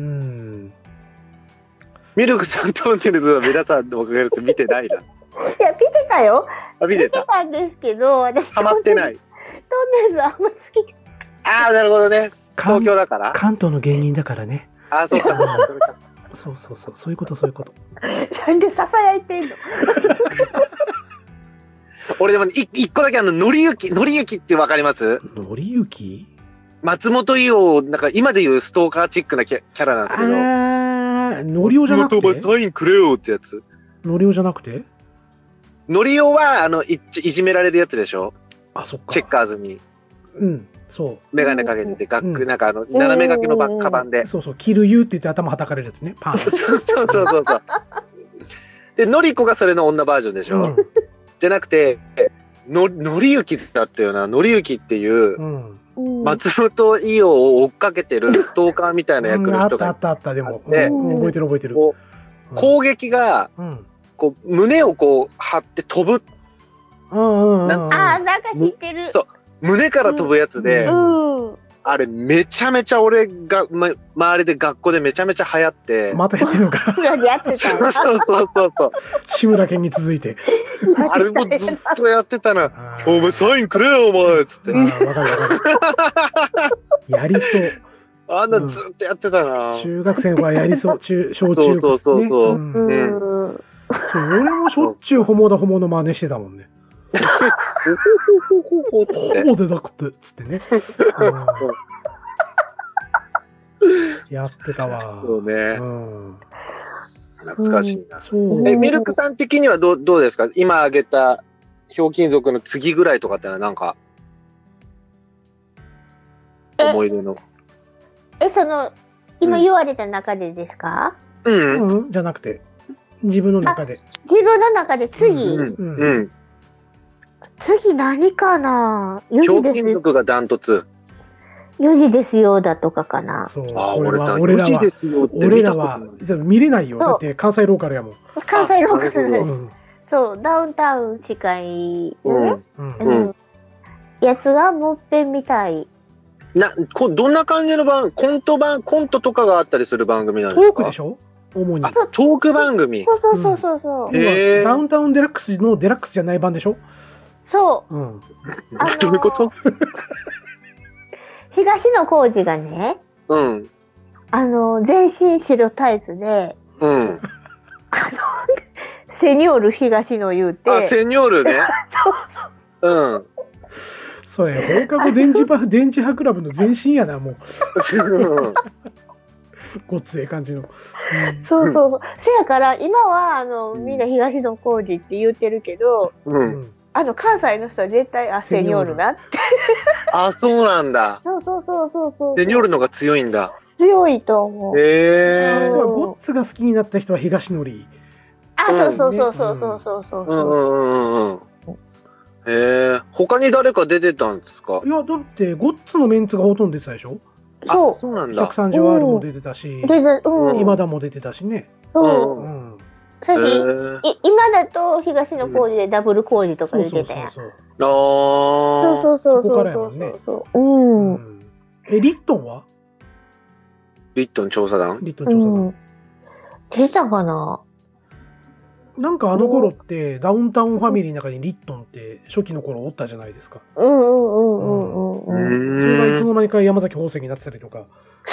ミルクさん、トンネルズの皆さんのおかげです。見てないな。いや、見てたよ。 あ、見てた。 見てたんですけど、私。 ハマってない。 トンネルズあんま好きじゃない。ああ、なるほどね。東京だから。 関東の芸人だからね。 ああ、そうか、そうか、それか。 そうそうそう、そういうこと、そういうこと。 なんでささやいてんの俺でも、い一個だけあの、のりゆき、のりゆきってわかります？ のりゆき？ 松本伊代、なんか今で言うストーカーチックなキャキャラなんですけど。 のりおじゃなくて。 松本お前サインくれよってやつ。 のりおじゃなくて？ のりおは、あの、い、いじめられるやつでしょ？ あ、そっか。 チェッカーズに。 うん、そう。 メガネかけて、ガック、うん、なんかあの、斜め掛けのバッカバンで。 そうそう、キルユーって言って頭はたかれるやつね。パン。 そうそうそうそう。で、のりこがそれの女バージョンでしょ？うん、じゃなくて、の、のりゆきだったよな。のりゆきっていう、うん、 松本伊代を追っかけてるストーカーみたいな役の人があったあったあった、でも。覚えてる覚えてる。 攻撃が、こう、胸をこう、張って飛ぶ。 なんつうの？ああ、なんか知ってる。 そう。胸から飛ぶやつで、あれめちゃめちゃ俺が、ま、周りで学校でめちゃめちゃ流行って。 またやってるのか。 やってた。 そうそうそうそう。 志村けんに続いて。 あれもずっとやってたな。お前サインくれよ、お前つって。 ああ、わかるわかる。やりそう。 あんなずっとやってたな。 中学生はやりそう。中、小中。 そうそうそう。 俺もしょっちゅうホモだホモの真似してたもんね。 ほほほほつって。 ホモでなくて、つってね。やってたわ。 そうね。懐かしいな。え、ミルクさん的にはどう、どうですか？今挙げたひょうきん族の次ぐらいとかってのはなんか、思い出の。 え、その、今言われた中でですか？ うん。 うん、じゃなくて、自分の中で。 自分の中で次？ うん。 次何かな？ ひょうきん族がダントツ。 よじですよだとかかな。 そう。 あ、俺さ、よじですよって俺らは見れないよ。だって関西ローカルやもん。 関西ローカルです。そう、ダウンタウン近いね。やつがもっぺんみたい。 な、こどんな感じの番、コント番、コントとかがあったりする番組なんですか？ トークでしょ？主に。 あ、トーク番組。 そうそうそうそうそう。 へー。 ダウンタウンデラックスのデラックスじゃない版でしょ？ そう。 うん。 どういうこと？ 東野幸治がね、 うん。 あの、全身白タイツで、 うん。 あの、セニョール東野言うて。 あ、セニョールね。そう。うん。 それ、放課後電磁波、電磁波クラブの前身やな、もう。ごっつええ感じの。 うん、そうそうそう。せやから、今は、あの、みんな東野幸治って言ってるけど、 うん。 あの、関西の人は絶対、あ、セニョールなって。 あ、そうなんだ。 そうそうそうそうそう。 セニョールのが強いんだ。 強いと思う。 へえ。 ゴッツが好きになった人は東野里。 あ、そうそうそうそうそうそうそう。 うんうんうんうん。へえ。他に誰か出てたんですか？ いや、だって、ゴッツのメンツがほとんど出てたでしょ？ そう。 そうなんだ。 ひゃくさんじゅうアール も出てたし、今田も出てたしね。 そう。うん今だと東野幸治でダブル工事とか言ってたやん。そうそうそうそう。そこからやもんね。うん。 え、リットンは？ リットン調査団？ リットン調査団。 出たかな？ なんかあの頃ってダウンタウンファミリーの中にリットンって初期の頃おったじゃないですか。 うんうんうんうんうん。 それがいつの間にか山崎宝石になってたりとか。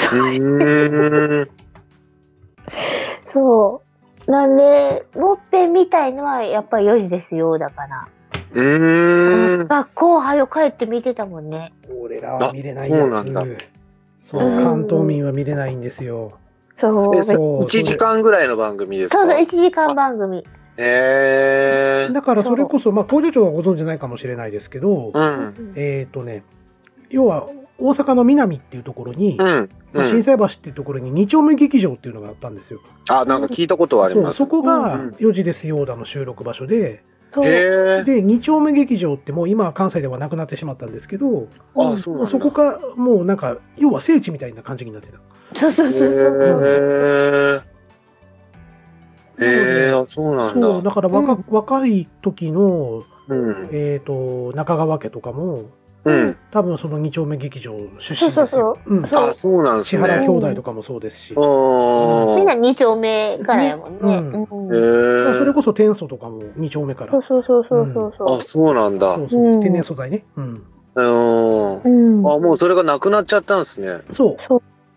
そう。なんで、もっぺんみたいのはやっぱりよじですよ、だから。 うーん。 学校はよ帰って見てたもんね。 俺らは見れないやつ。 そうなんだ。 そう、関東民は見れないんですよ。 そう。 いちじかんぐらいの番組ですか？ そうそう、いちじかん番組。 へえ。 だからそれこそ、まあ、工場長はご存知ないかもしれないですけど、 うん、 えっとね、要は、大阪の南っていうところに、うんうんまあ、心斎橋っていうところにに丁目劇場っていうのがあったんですよ。 あ、なんか聞いたことはあります。 そ, そこがよじですよだの収録場所で、 うん、へで、に丁目劇場ってもう今は関西ではなくなってしまったんですけど、 あ、そうなんだ。 そこがもうなんか、要は聖地みたいな感じになってた。 そうそうそうそう。 へえー、そうなんだ。 そう、だから若、うん、若い時の、 うん、 えっと、中川家とかも、 うん、 多分そのに丁目劇場出身ですよ。 あ、そうなんですね。 千原兄弟とかもそうですし。 うん、みんなに丁目からやもんね。 うんうん、それこそ天素とかもに丁目から。 そうそうそうそうそう、 うん。あ、そうなんだ。 そうそう、天然素材ね。うん。 うん。あ、もうそれがなくなっちゃったんですね。 そう。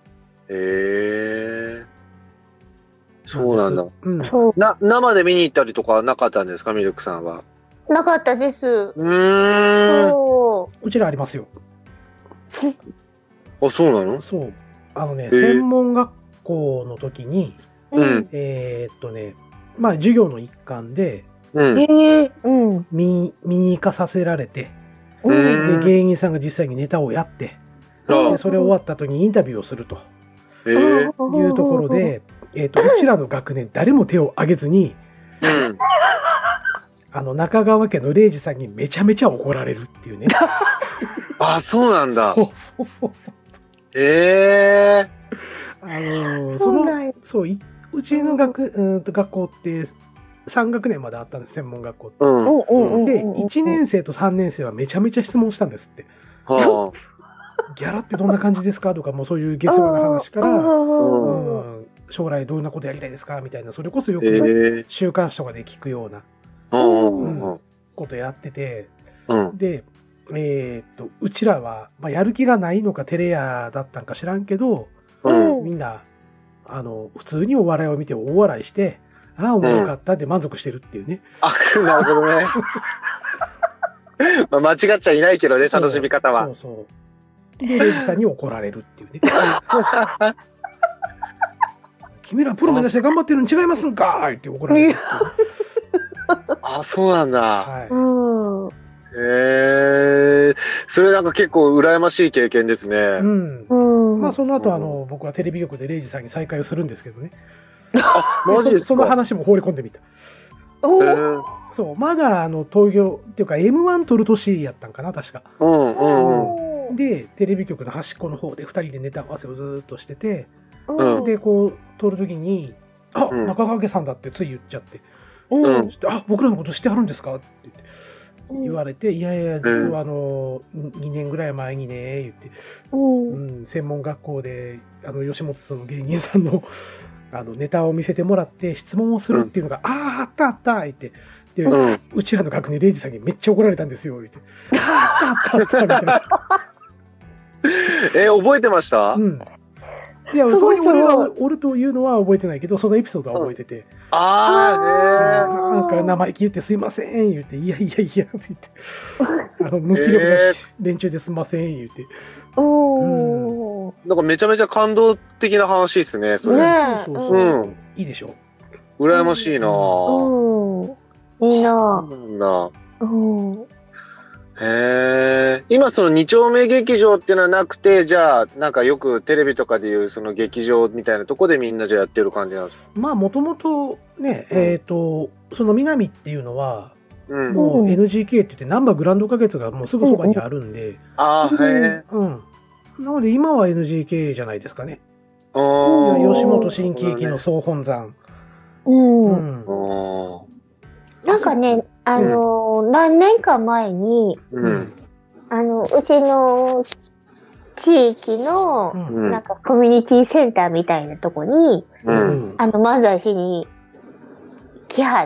へえ。そうなんだ。うん、な生で見に行ったりとかはなかったんですか、ミルクさんは。 なかったです。うーん。 そう。うちらありますよ。 あ、そうなの？ そう。あのね、専門学校の時に、 うん、 えー、っとね、まあ授業の一環で、 うん、 見, 見に行かさせられて、うん、で芸人さんが実際にネタをやって、でそれ終わった後にインタビューをすると、 えー、 いうところで、えー、とうちらの学年誰も手を挙げずに、 うん、 あの中川家の礼二さんにめちゃめちゃ怒られるっていうね。 あ、そうなんだ。 そうそうそうそう。 ええー。 あのー、その、そう、うちの学、うんと学校ってさん学年まであったんです、専門学校って。うん、で、いちねん生とさんねん生はめちゃめちゃ質問したんですって。はあ、ギャラってどんな感じですかとか、もうそういう下世話な話から、うん、将来どんなことやりたいですかみたいな、それこそよく週刊誌とかで聞くような、うん、ことやってて、うん、で、えー、っと、うちらは、まあ、やる気がないのか照れ屋だったんか知らんけど、うん、みんな、あの、普通にお笑いを見て大笑いして、ああ、面白かったって満足してるっていうね。 うん、あ、なるほどね。まあ間違っちゃいないけどね、楽しみ方は。そうそう。 で、レイジさんに怒られるっていうね。君らプロ目指して頑張ってるに違いますんかって怒られるっていう。 あ、そうなんだ。はい。うんへえー、それなんか結構羨ましい経験ですね。うん。 うん、まあその後あの、僕はテレビ局でレイジさんに再会をするんですけどね。 あ、マジですか。 その話も放り込んでみた。おーそう、まだあの東京っていうか エムワン 取る年やったんかな、確か。うんうんうん。で、テレビ局の端っこの方でふたりでネタ合わせをずっとしてて、うん、で、こう、取るときに、あ、うん、中影さんだってつい言っちゃって、うん、あ、僕らのこと知ってはるんですかって言って。言われて、いやいや、実はあの、にねんぐらい前にね、言って、うん、専門学校で、あの、吉本さんの芸人さんの、あの、ネタを見せてもらって、質問をするっていうのが、うん、ああ、あったあった言って、で、うん、うちらの学年、レイジさんにめっちゃ怒られたんですよ、言って、あったあったあったみたいな。 え、覚えてました？ うん。いや、そこに俺がおるというのは覚えてないけど、そのエピソードは覚えてて。うん、ああ、ねー。なんか生意気言ってすいません、言って、いやいやいや、って言って。あの、無気力なし、えー、連中ですんません、言って。 おー。うん、なんかめちゃめちゃ感動的な話ですね、それ。 ね、そうそうそう。うん。いいでしょ。 羨ましいなぁ。 うん。いいなぁ。 そうなんだ。うん。へえ。今その二丁目劇場っていうのはなくて、じゃあなんかよくテレビとかでいうその劇場みたいなとこでみんなじゃやってる感じなんですか？ まあもともとね、うん、えっ、ー、とその南っていうのは、うん、もう エヌジーケー って言って難波グランド花月がもうすぐそばにあるんで、うん、 ああ、へえ。 うん。なので今は エヌジーケー じゃないですかね。ああ。吉本新喜劇の総本山。うん。 うん。なんかね、あのーうん、何年か前に、うん、あの、うちの地域の、なんかコミュニティセンターみたいなとこに、うん、あの、漫才しに来はって、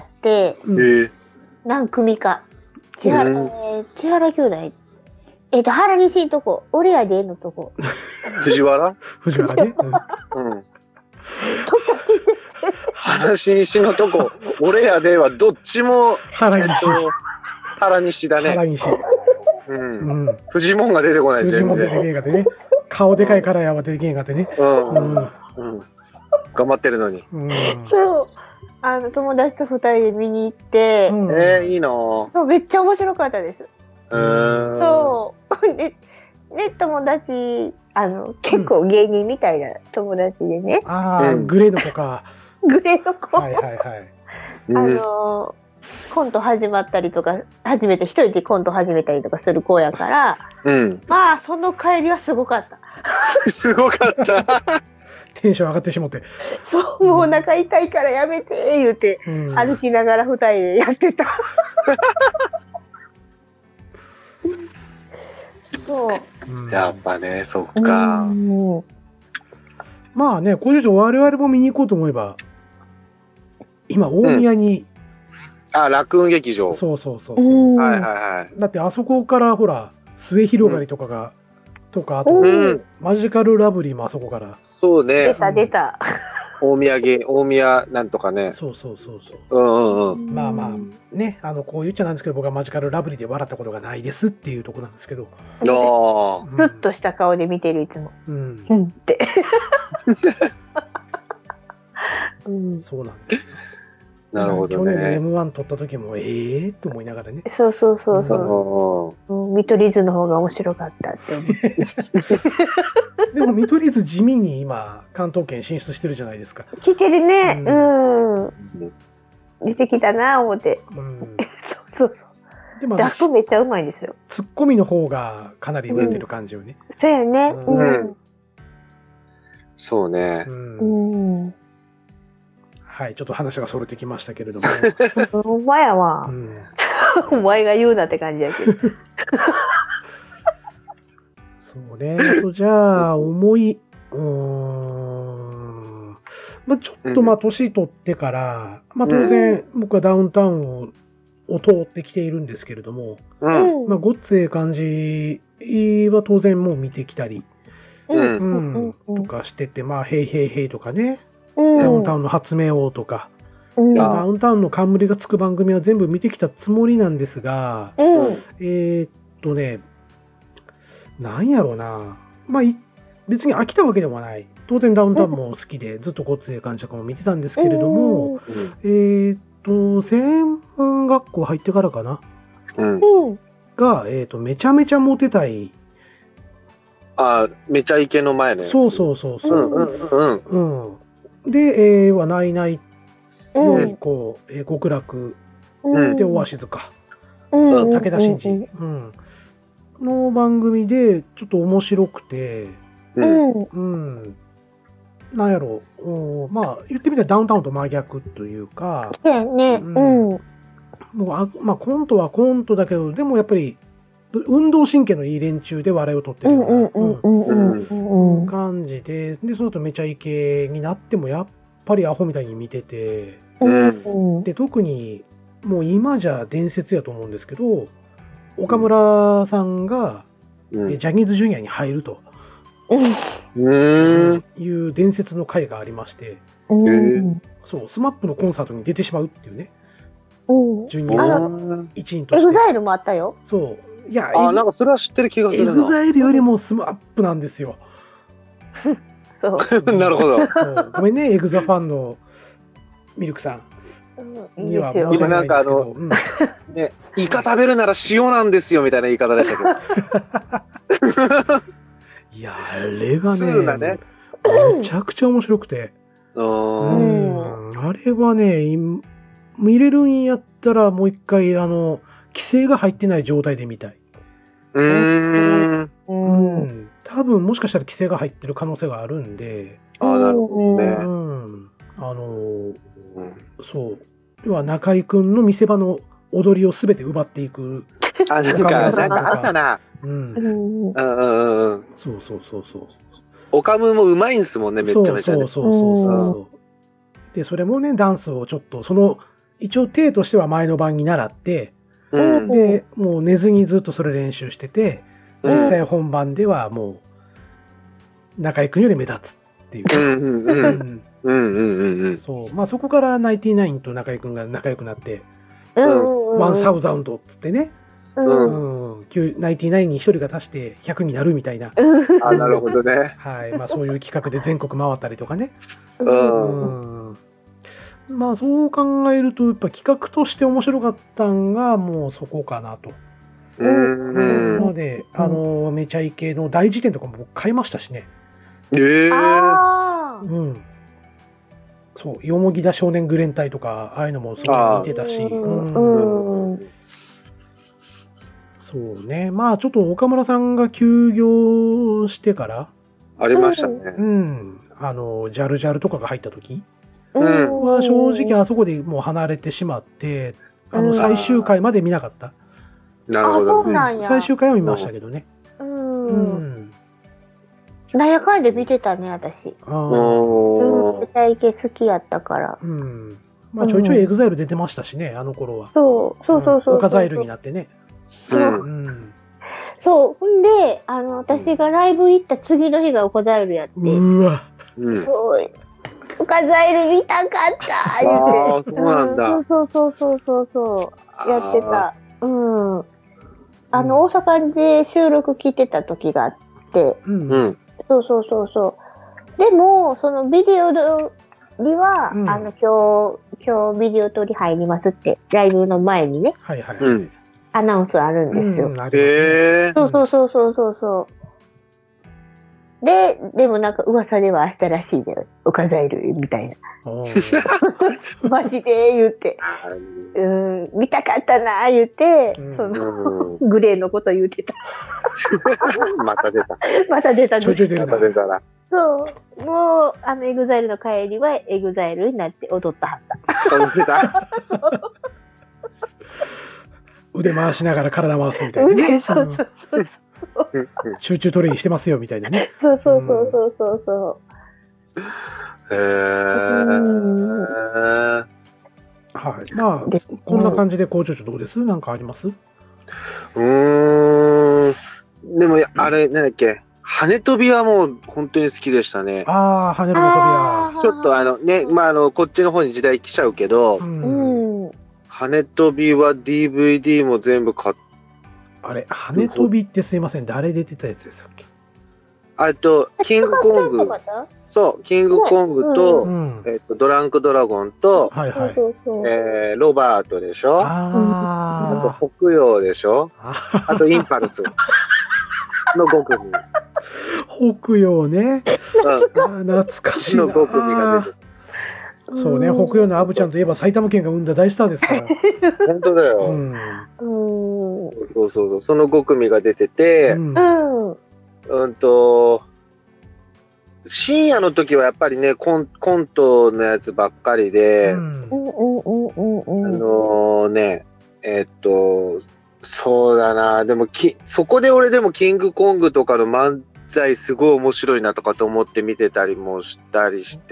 うん、何組か。千原、うん、えー、千原兄弟。えっ、ー、と、原西のとこ、俺やでのとこ。 藤原藤原ね。うん。 原西のとこ、俺やではどっちも、 原西。 原西だね。 原西。 うん。フジモンが出てこないです、 全然。フジモン出てけんがてね。顔でかいからやは出てけんがてね。うん。うん。 頑張ってるのに。 うん。そう。あの、友達と二人で見に行って。 うん、えー、いいなぁ。 めっちゃ面白かったです。うん。そう。ね、ね、友達、あの、結構芸人みたいな友達でね。 うん、ああ、グレーの子か。 グレーの子。 はいはいはい。 あの、コント始まったりとか、初めて一人でコント始めたりとかする子やから、うん、まあ、その帰りはすごかった。 すごかった。 テンション上がってしもって。 そう、もうお腹痛いからやめて、言うて、うん、歩きながら二人でやってた。そう。 やっぱね、そっか。うん、 まあね、これ以上我々も見に行こうと思えば、今、大宮に、 うん、あ、ラクーン劇場。 そうそうそうそう。 はいはいはい。 だってあそこからほら、末広がりとかが、うん、とか、あと、うん、マジカルラブリーもあそこから。 そうね。 出た出た。 大宮芸、大宮なんとかね。 そうそうそうそう。 うんうんうん。 まあまあ、ね、あの、こう言っちゃなんですけど、僕はマジカルラブリーで笑ったことがないですっていうところなんですけど。 ああ。ずっとした顔で見てる、いつも。うん。うんって。 うん、そうなんです。 なるほどね。 去年の エムワン 取った時もええー、と思いながらね。 そうそうそうそう。うん、見取り図の方が面白かったって思って。 でも見取り図地味に今関東圏進出してるじゃないですか。 来てるね。うん。うん、出てきたな思って。うん、そうそうそう。 でもラップめっちゃうまいんですよ。 ツッコミの方がかなり売れてる感じよね。 うん、そうやね。うん。うん、 そうね。 うん。はい、ちょっと話がそれてきましたけれども。 お前やわ。うん、お前が言うなって感じやけど。 そうね。あとじゃあ、重い、うーん。まあ、ちょっとまあ、年取ってから、うん、まあ当然、僕はダウンタウンを、を通ってきているんですけれども、うん、まあ、ごっつええ感じは当然もう見てきたり、うん、うん、とかしてて、まあ、ヘイヘイヘイとかね、ダウンタウンの発明王とか、うん、ダウンタウンの冠がつく番組は全部見てきたつもりなんですが、うん、えー、っとね、なんやろうな、まあ、別に飽きたわけでもない。当然ダウンタウンも好きで、ずっとごっつええ感じとかも見てたんですけれども、うん、えー、っと、専門学校入ってからかな、うん、が、えー、っと、めちゃめちゃモテたい。 ああ、めちゃイケの前のやつ。 そうそうそうそう。うんうんうん。うんで、えー、はないない、よいこ、えー、極楽、うん、で、オアシズか。うん、武田真治、うん。の番組で、ちょっと面白くて、うん。うん。なんやろう、まあ、言ってみたらダウンタウンと真逆というか、 ね、うん。もうあまあ、コントはコントだけど、でもやっぱり、運動神経のいい連中で笑いを取ってるような感じで、で、その後めちゃイケになってもやっぱりアホみたいに見てて、うん、で、特にもう今じゃ伝説やと思うんですけど、岡村さんが、うん、ジャニーズジュニアに入ると、うん、いう伝説の回がありまして、うん、そう、スマップのコンサートに出てしまうっていうね、うん、ジュニアの一員として。 エグザイルもあったよ。 そう。いや、 あ、なんかそれは知ってる気がするな。 エグザイルよりもスマップなんですよ。 そう。 なるほど。 そう。ごめんね、エグザファンのミルクさんには申し訳ないんですけど。うん、 ね、イカ食べるなら塩なんですよみたいな言い方でしたけど。 いや、あれがね、ねめちゃくちゃ面白くて。うん、あれはね、見れるんやったらもう一回、あの、規制が入ってない状態で見たい。 うーん。 うん。多分もしかしたら規制が入ってる可能性があるんで。 ああ、なるほどね。 うん。あの、うん、そう。要は中居くんの見せ場の踊りをすべて奪っていく。 あ、なんか、なんかあったな。 うん。 うんうんうん。 そうそうそうそう。 オカムもうまいんすもんね、めちゃめちゃ、ね。 そうそうそうそうそう。で、それもね、ダンスをちょっと、その、一応体としては前の晩に習って、うん、で、もう寝ずにずっとそれ練習してて、実際本番ではもう、中居くんより目立つっていう。うんうんうん。そう。まあそこからナインティナインと中居くんが仲良くなって、ワンサウザウンドっつってね、うん、ナインティナインに一人が足してひゃくになるみたいな。 あ、なるほどね。 はい。まあそういう企画で全国回ったりとかね。うんうんまあそう考えるとやっぱ企画として面白かったんがもうそこかなと。うん。なので、あのめちゃイケの大辞典とかも僕買いましたしね。 ええー。 うん。そう、よもぎだ少年グレン隊とかああいうのもすごい見てたし。うん。そうね。まあちょっと岡村さんが休業してからありましたね。 うん。あのジャルジャルとかが入った時。は正直あそこでもう離れてしまって、あの最終回まで見なかった。 なるほど。 最終回は見ましたけどね。うん。 なんやかんで見てたね、私。ああ。めちゃイケ好きやったから。 うん。まあちょいちょいエグザイル出てましたしね、あの頃は。 そうそうそうそう。 オカザイルになってね。 そう。そう。ほんで、あの、私がライブ行った次の日がオカザイルやって。 うわ。 そう。オカザイル見たかった言って。そうなんだ。 そうそうそうそうそうやってた。うん。あの大阪で収録聞いてた時があって。うん。そうそうそうそう。でもそのビデオには、うん、あの今日今日ビデオ撮り入りますってライブの前にね。 はいはい。 うん、 アナウンスあるんですよ。 うん、ありますね。 そうそうそうそうそうそう。 で、でもなんか噂では明日らしいで、オカザイルみたいな。マジで言って、うん、見たかったな言って、うん、そのグレーのこと言ってた。 また出た。 また出た。 ちょいちょい出るな。 そう、もうあのエグザイルの帰りはエグザイルになって踊ったはった。 踊ってた。 腕回しながら体回すみたいな、ね。 そうそうそうそう。 集中トレーニングしてますよみたいなね。 そうそうそうそうそうそう。 へー。 はい。まあこんな感じで工場長どうです？なんかあります？ うーん。でもあれなんだっけ。羽飛びはもう本当に好きでしたね。 ああ、羽の扉。 ちょっとあのね、まああのこっちの方に時代来ちゃうけど、うん、羽飛びは ディーブイディー も全部買って。 あれ、羽飛びってすいません、誰出てたやつですっけ？ あと、キングコング。そう、キングコングと、うん、えっと、ドランクドラゴンと、 はいはい。 えー、ロバートでしょ？ああと、北洋でしょ？あと、インパルスのご組。 北洋ね。懐かしいな。のご組が出てる。そうね、北洋のアブちゃんといえば埼玉県が生んだ大スターですから。 本当だよ。うん、そうそうそう、そのご組が出てて、うん、うんと、深夜の時はやっぱりね、コン、コントのやつばっかりで、うん、あのー、ね、えー、っと、そうだな、でもき、そこで俺でもキングコングとかの漫才すごい面白いなとかと思って見てたりもしたりして、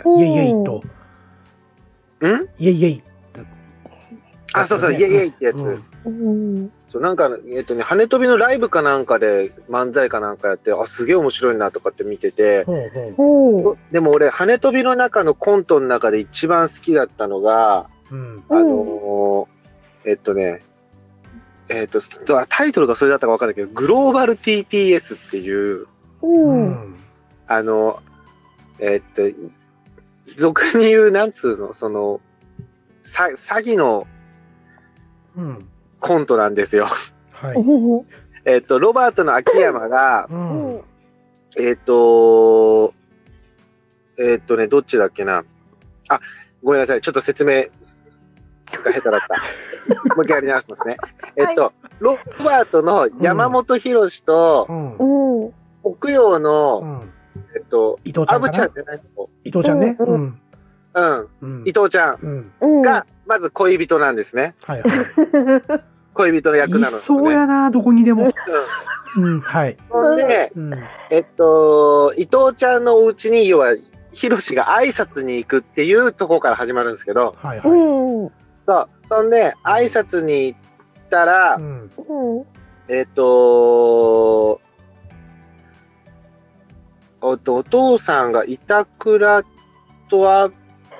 イエイイエイと。 んイエイイエイ。 あ、そうそう、イエイイエイってやつ。うん、そうなんか、えっとね、羽飛びのライブかなんかで漫才かなんかやって、あ、すげえ面白いなとかって見てて、うん、でも俺、羽飛びの中のコントの中で一番好きだったのが、うん、あのー、えっとね、えっと、タイトルがそれだったか分かんないけど、グローバル ティーピーエス っていう、うん、あの、えっと、俗に言う、なんつうの、その、さ、詐欺のコントなんですよ。はい。えっと、ロバートの秋山が、うん、えっと、えっとね、どっちだっけな。あ、ごめんなさい。ちょっと説明が下手だった。もう一回やり直しますね。えっと、はい、ロバートの山本博史と、うん、北洋の、うん、えっと、 伊藤ちゃん。 アブちゃんじゃないの？ 伊藤ちゃんね。うん。 うん。うん、伊藤ちゃんが、まず恋人なんですね。はいはい。恋人の役なの、ね。 そうやな、どこにでも。うん、はい。 そんで、うん、えっと、伊藤ちゃんのお家に、要は、ヒロシが挨拶に行くっていうところから始まるんですけど、はいはい。そう。そんで、挨拶に行ったら、うん、えっと、おと、お父さんが板倉とは、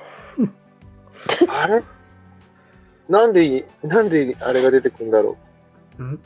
あれなんで、なんであれが出てくるんだろう。ん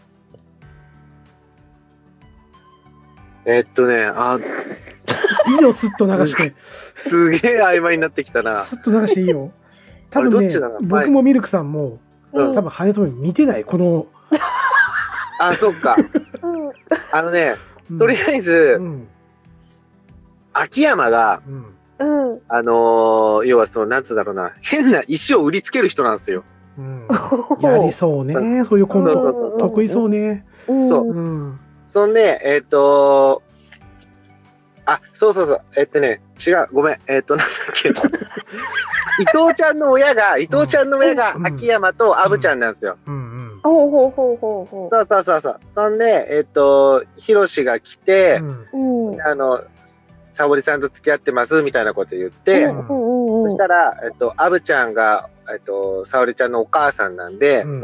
えっとね、あ、 いいよ、スッと流して。 す, すげえ曖昧になってきたな。 スッと流していいよ。多分ね、僕もミルクさんも、うん、多分羽飛び見てない、この。 あ、そっか。あのね、うん、とりあえず、うん、秋山が、うんうん、あのー、要はその、なんつうんだろうな、変な石を売りつける人なんですよ。 うん、やりそうね。そういうコント。得意そうね。 そう。うん、そんで、えっ、ー、とあ、そうそうそう。えっとね、違う。ごめん。えっと、なんだっけ。伊藤ちゃんの親が、伊藤ちゃんの親が秋山とアブちゃんなんですよ。 ほうほうほうほうほう。 そうそうそうそう。そんで、えっと、ヒロシが来て、うん、あの、沙織さんと付き合ってますみたいなこと言って、うん、そしたら、えっと、アブちゃんが、えっと、沙織ちゃんのお母さんなんで、うん、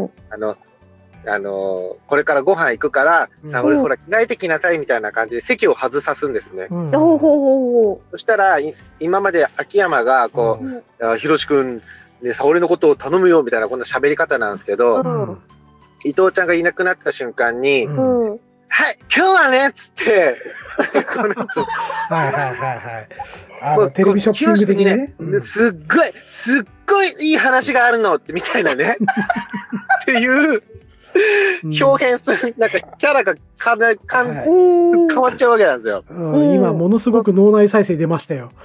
あの、あの、これからご飯行くから、沙織、うん、ほら、着替えてきなさいみたいな感じで席を外さすんですね。うん、そしたら、今まで秋山が、こう、うん、ひろしくん、ね、沙織のことを頼むよみたいな、こんな喋り方なんですけど、うん、伊藤ちゃんがいなくなった瞬間に、うんはい、今日はねっつって、このやつ。 はいはいはいはい。あの、テレビショッピング的にね。 うん、すっごい、すっごいいい話があるのってみたいなね。っていう、 表現する、なんかキャラがかな、かん、はい、変わっちゃうわけなんですよ。 うん、今、ものすごく脳内再生出ましたよ。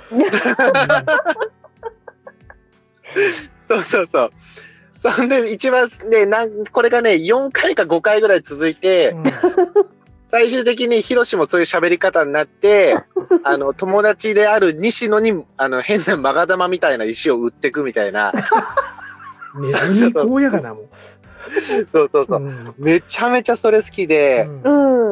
そうそうそう。そんで、一番ね、なん、これがね、よんかいかごかいぐらい続いて、うん、最終的にヒロシもそういう喋り方になって、あの、友達である西野に、あの、変なマガ玉みたいな石を売ってくみたいな。 ね、そうそうやがな、もう。 そうそうそう、うん。めちゃめちゃそれ好きで、うん、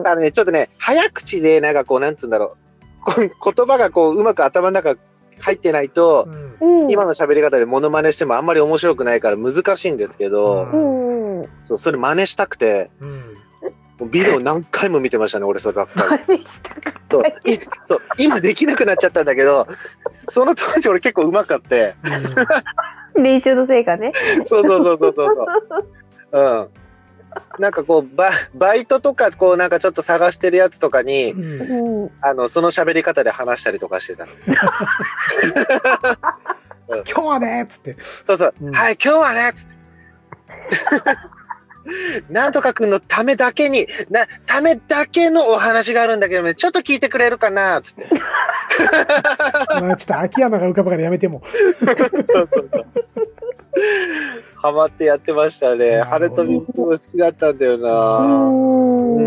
あのね、ちょっとね、早口で、なんかこう、なんつうんだろう。言葉がこう、うまく頭の中入ってないと、うん、今の喋り方でモノマネしてもあんまり面白くないから難しいんですけど、うん、そう、それ真似したくて、うん、ビデオ何回も見てましたね、俺そればっかり。そう、い、そう、今できなくなっちゃったんだけど、その当時俺結構うまかって。 うん、練習のせいかね。 そうそうそうそうそう。うん。なんかこうバ、バイトとかこうなんかちょっと探してるやつとかに、うん、あの、その喋り方で話したりとかしてた。 うん、今日はねっつって。 そうそう。うん、はい、今日はねっつって。なんとかくんのためだけに、な、ためだけのお話があるんだけどね、ちょっと聞いてくれるかなつって。 まあちょっと秋山が浮かぶからやめても。 そうそうそう。ハマってやってましたね。羽飛びすごい好きだったんだよな。うん。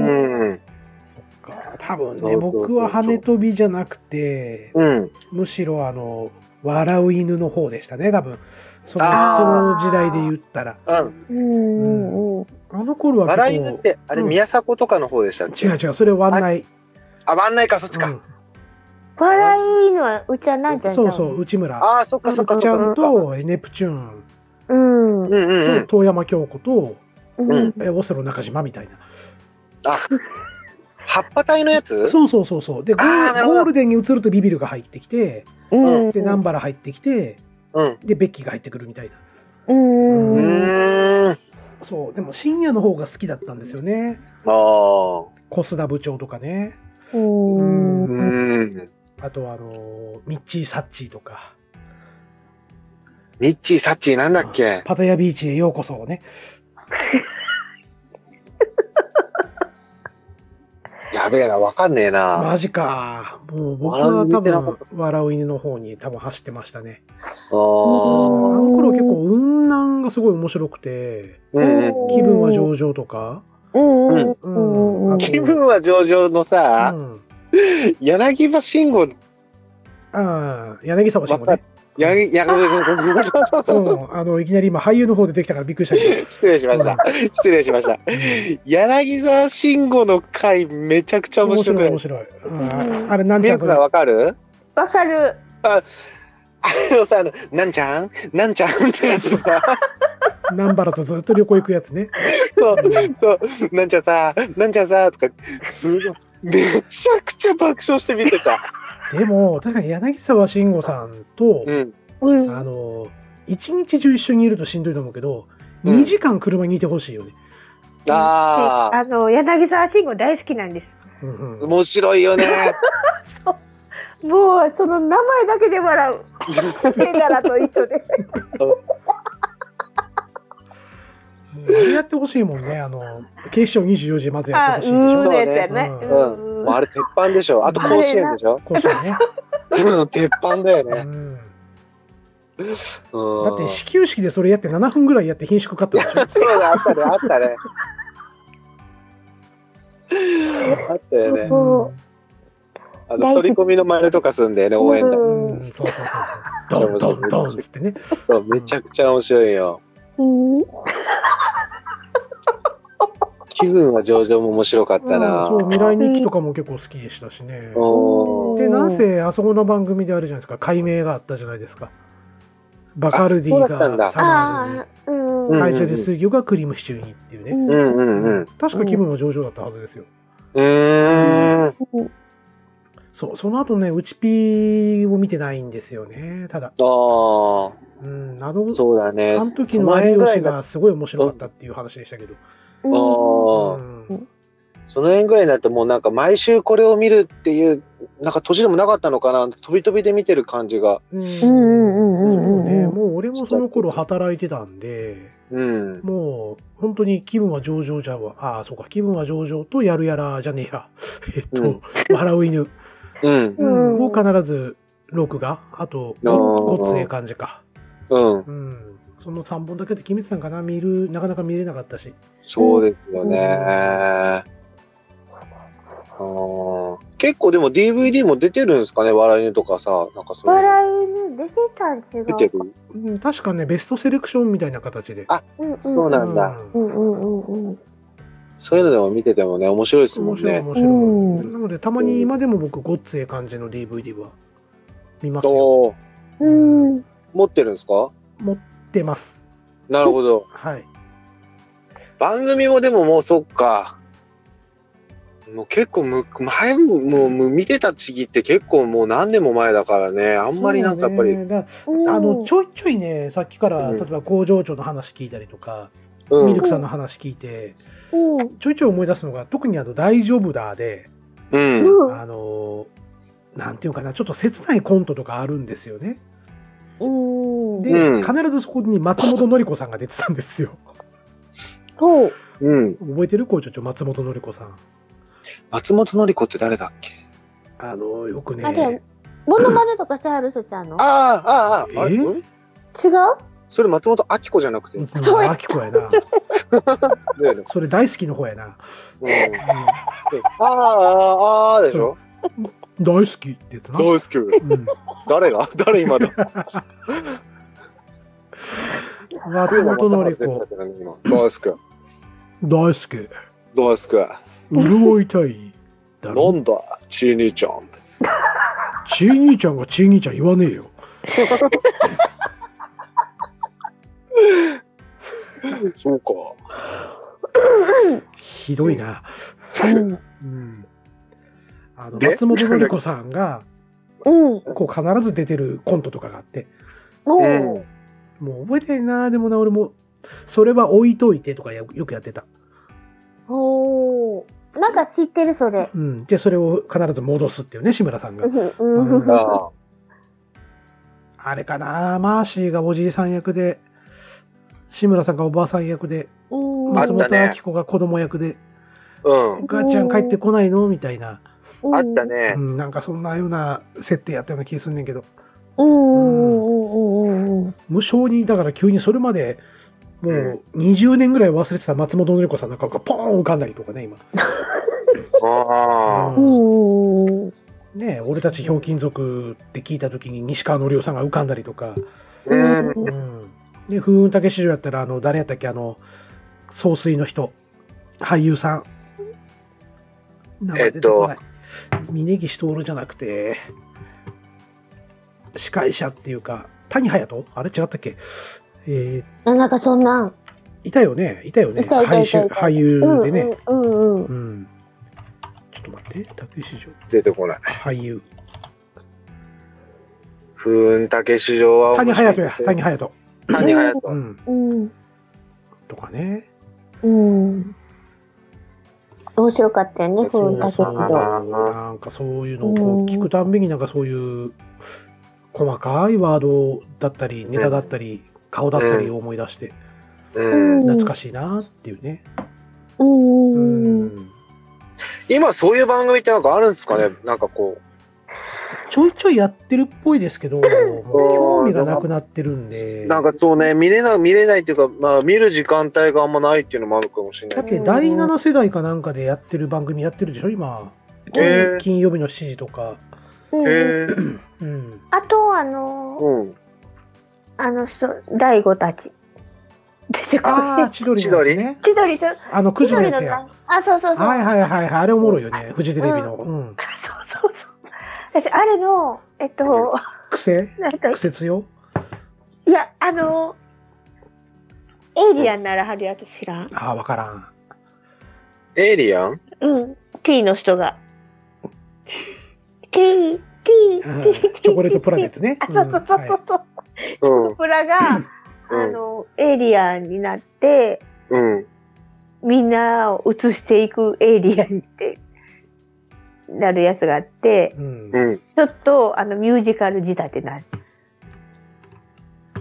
そっか。多分ね、そうそうそうそう、僕は羽飛びじゃなくて、うん、むしろあの、笑う犬の方でしたね、多分。その、その時代で言ったら。うん。うん、あの頃は結構。 笑い犬って、あれ、宮迫とかの方でしたっけ？ 違う違う、それはワンナイ。 あ、ワンナイか、そっちか。うん、 笑い犬はうちはなんちゃん。 そうそう、内村。 ああ、そっかそっかそっか。 ちゃんと、ネプチューン。うん。うんうん。と、遠山京子と、うん。え、オセロ中島みたいな。 あ、葉っぱ隊のやつ？ そうそうそうそう。で、ゴールデンに移るとビビルが入ってきて、うん。で、南原入ってきて、うん。で、ベッキーが入ってくるみたいな。うん。うん。そう。でも、深夜の方が好きだったんですよね。ああ。小須田部長とかね。うん。うん。あとは、あの、ミッチー・サッチーとか。 ミッチー、サッチーなんだっけ？ パタヤビーチへようこそをね。 やべえな、わかんねえな。 マジか。もう僕は多分、笑う犬の方に多分走ってましたね。ああ。あの頃結構、雲南がすごい面白くて、うん、気分は上々とか。うんうん、気分は上々のさ、うん、柳葉慎吾。 ああ、柳沢慎吾ね。 や、や、そうそうそう。 あの、いきなり今俳優の方でできたからびっくりしたけど。 失礼しました。失礼しました。柳沢慎吾の回めちゃくちゃ面白い。 面白い、面白い。あれ、なんちゃん。 ミルクさんわかる？ わかる。 あ、あのさ、あの、なんちゃんなんちゃんってやつさ。 南原とずっと旅行行くやつね。 そう、そう、なんちゃんさ、なんちゃんさ、とか、すごい、めちゃくちゃ爆笑して見てた。 でも、確かに柳沢慎吾さんと、うん、あの、一日中一緒にいるとしんどいと思うけど、うん、にじかん車にいてほしいよね。 ああ。あの、柳沢慎吾大好きなんです。 うんうん、面白いよね。 もう、その名前だけで笑う。手柄と一緒で。 あれやってほしいもんね。あの、警視庁にじゅうよじまずやってほしいでしょ。 そうね。 うん。あれ鉄板でしょ。あと甲子園でしょ。 甲子園ね。 鉄板だよね。 だって始球式でそれやってななふんぐらいやって品種カットでしょ。 そうだ、あったね、あったね。あったよね。あの、反り込みの真似とかするんだよね、応援だ。 そうそうそう。ドンドンドンってね。 そう、めちゃくちゃ面白いよ。気分は上々も面白かったな。 そう、未来日記とかも結構好きでしたしね。で、なんせあそこの番組であるじゃないですか、改名があったじゃないですか。バカルディがサマーズに、会社で水魚がクリームシチューにっていうね。確か気分は上々だったはずですよ。うん。そう、その後ね、うちピーを見てないんですよね、ただ。ああ。うん、あの、 そうだね。 あの時の有吉がすごい面白かったっていう話でしたけど。ああ、 うん。その辺ぐらいになるともうなんか毎週これを見るっていう、なんか年でもなかったのかな、飛び飛びで見てる感じが。うん。 そうね、もう俺俺もその頃働いてたんで、うん、もう本当に気分は上々じゃわ、ああ、そうか、気分は上々とやるやらじゃねえや。えっと、うん、笑う犬。うん。うん、もう必ず録画、あと、ごっつええ感じか。うん。うん。そのさんぼんだけで決めてたんかな、見る、なかなか見れなかったし。 そうですよね。うん、結構でも ディーブイディー も出てるんですかね、笑い犬とかさ、なんかそういう。 笑い犬出てたん違うか。出てる。 うん、確かね、ベストセレクションみたいな形で。 あ、うんうん、そうなんだ。うんうんうんうん。そういうのでも見ててもね、面白いですもんね。面白い面白い。 うん、なので、たまに今でも僕、ごっつええ感じの ディーブイディー は見ますよ。 うん。持ってるんですか？ 持ってます。 なるほど。 はい。 番組もでももうそっか。もう結構む、前も、もう見てた時期って結構もう何年も前だからね、あんまりなんかやっぱり。ね、 だあの、ちょいちょいね、さっきから、例えば工場長の話聞いたりとか、うん、ミルクさんの話聞いて、うん、ちょいちょい思い出すのが、特にあの、大丈夫だで、うん、あの、なんていうかな、ちょっと切ないコントとかあるんですよね。で、うん、必ずそこに松本のり子さんが出てたんですよ。 そう。 うん。覚えてる？工場長、松本のり子さん。 松本のり子って誰だっけ？ あの、よくね。 あれ、モノマネとかしてはる人ちゃんの？ ああ、ああ、あれ？違う？ それ松本明子じゃなくて。 そう、明子やな。それ大好きの方やな。うん、 ああ、ああでしょ？ 大好きってやつな。 大好き。うん、誰が？誰今だ？ 松本のり子。 大好き。 大好き。 大好き。 潤いたいだろ。なんだ、ちー兄ちゃん。 ちー兄ちゃんがちー兄ちゃん言わねえよ。 そうか。 ひどいな。うん、あの松本のり子さんが、うん、こう必ず出てるコントとかがあって、うん、もう覚えてないな。でもな、俺もそれは置いといてとかよくやってた。 おー、なんか知ってるそれ。 うん、でそれを必ず戻すっていうね、志村さんが。 うん、あ, あれかな、マーシーがおじいさん役で、志村さんがおばあさん役で、松本明子が子供役で、うん、お母ちゃん帰ってこないのみたいな。 あったね、 うん。なんかそんなような設定やったような気がすんねんけど。無性に、だから急にそれまで、もうにじゅうねんぐらい忘れてた松本のり子さんなんかがポーン浮かんだりとかね、今。あうんねえ、俺たちひょうきん族って聞いたときに西川のりおさんが浮かんだりとか。うん。うん、で、風雲竹市場やったら、あの、誰やったっけ、あの、総帥の人、俳優さん。 えっと、 峯岸徹じゃなくて、司会者っていうか、谷隼人あれ違ったっけ？ えー、なんかそんなん。 いたよね、いたよね。俳優でね。うんうんうん。うん、ちょっと待って、竹市場。 出てこない。 俳優。 風雲竹市場は。 谷隼人や、谷隼人。 谷隼人。 うん。うん。とかね。 うん。面白かったよね、風雲竹市場。 なんかそういうのをこう聞くたんびになんかそういう細かいワードだったり、ネタだったり、顔だったりを思い出して、うん、懐かしいなっていうね。うん。 うん、今そういう番組ってなんかあるんですかね、なんかこう。 ちょいちょいやってるっぽいですけど、もう興味がなくなってるんで。 なんかそうね、見れない、見れないっていうか、まあ見る時間帯があんまないっていうのもあるかもしれない。 だってだいなな世代かなんかでやってる番組やってるでしょ、今。金, 金曜日のしちじとか。へーうん、あと、あのー、うん、あの人、大悟たち。出てこない。 ああ、千鳥のやつね。 千鳥と。 あの、くじのやつや。 あ、そうそうそう。 はいはいはいはい。あれおもろいよね。フジテレビの。うん。 そうそうそう。私、あれの、えっと、 癖癖強いや、あの、エイリアンならはるやつ知らん。 ああ、わからん。 エイリアン？ うん。T の人が。T、T、 チョコレートプラネットね。 あ、そうそうそうそう。チョコプラが、あの、エイリアンになって、うん、みんなを映していくエイリアンってなるやつがあって、うん、ちょっとあのミュージカル仕立てなんです。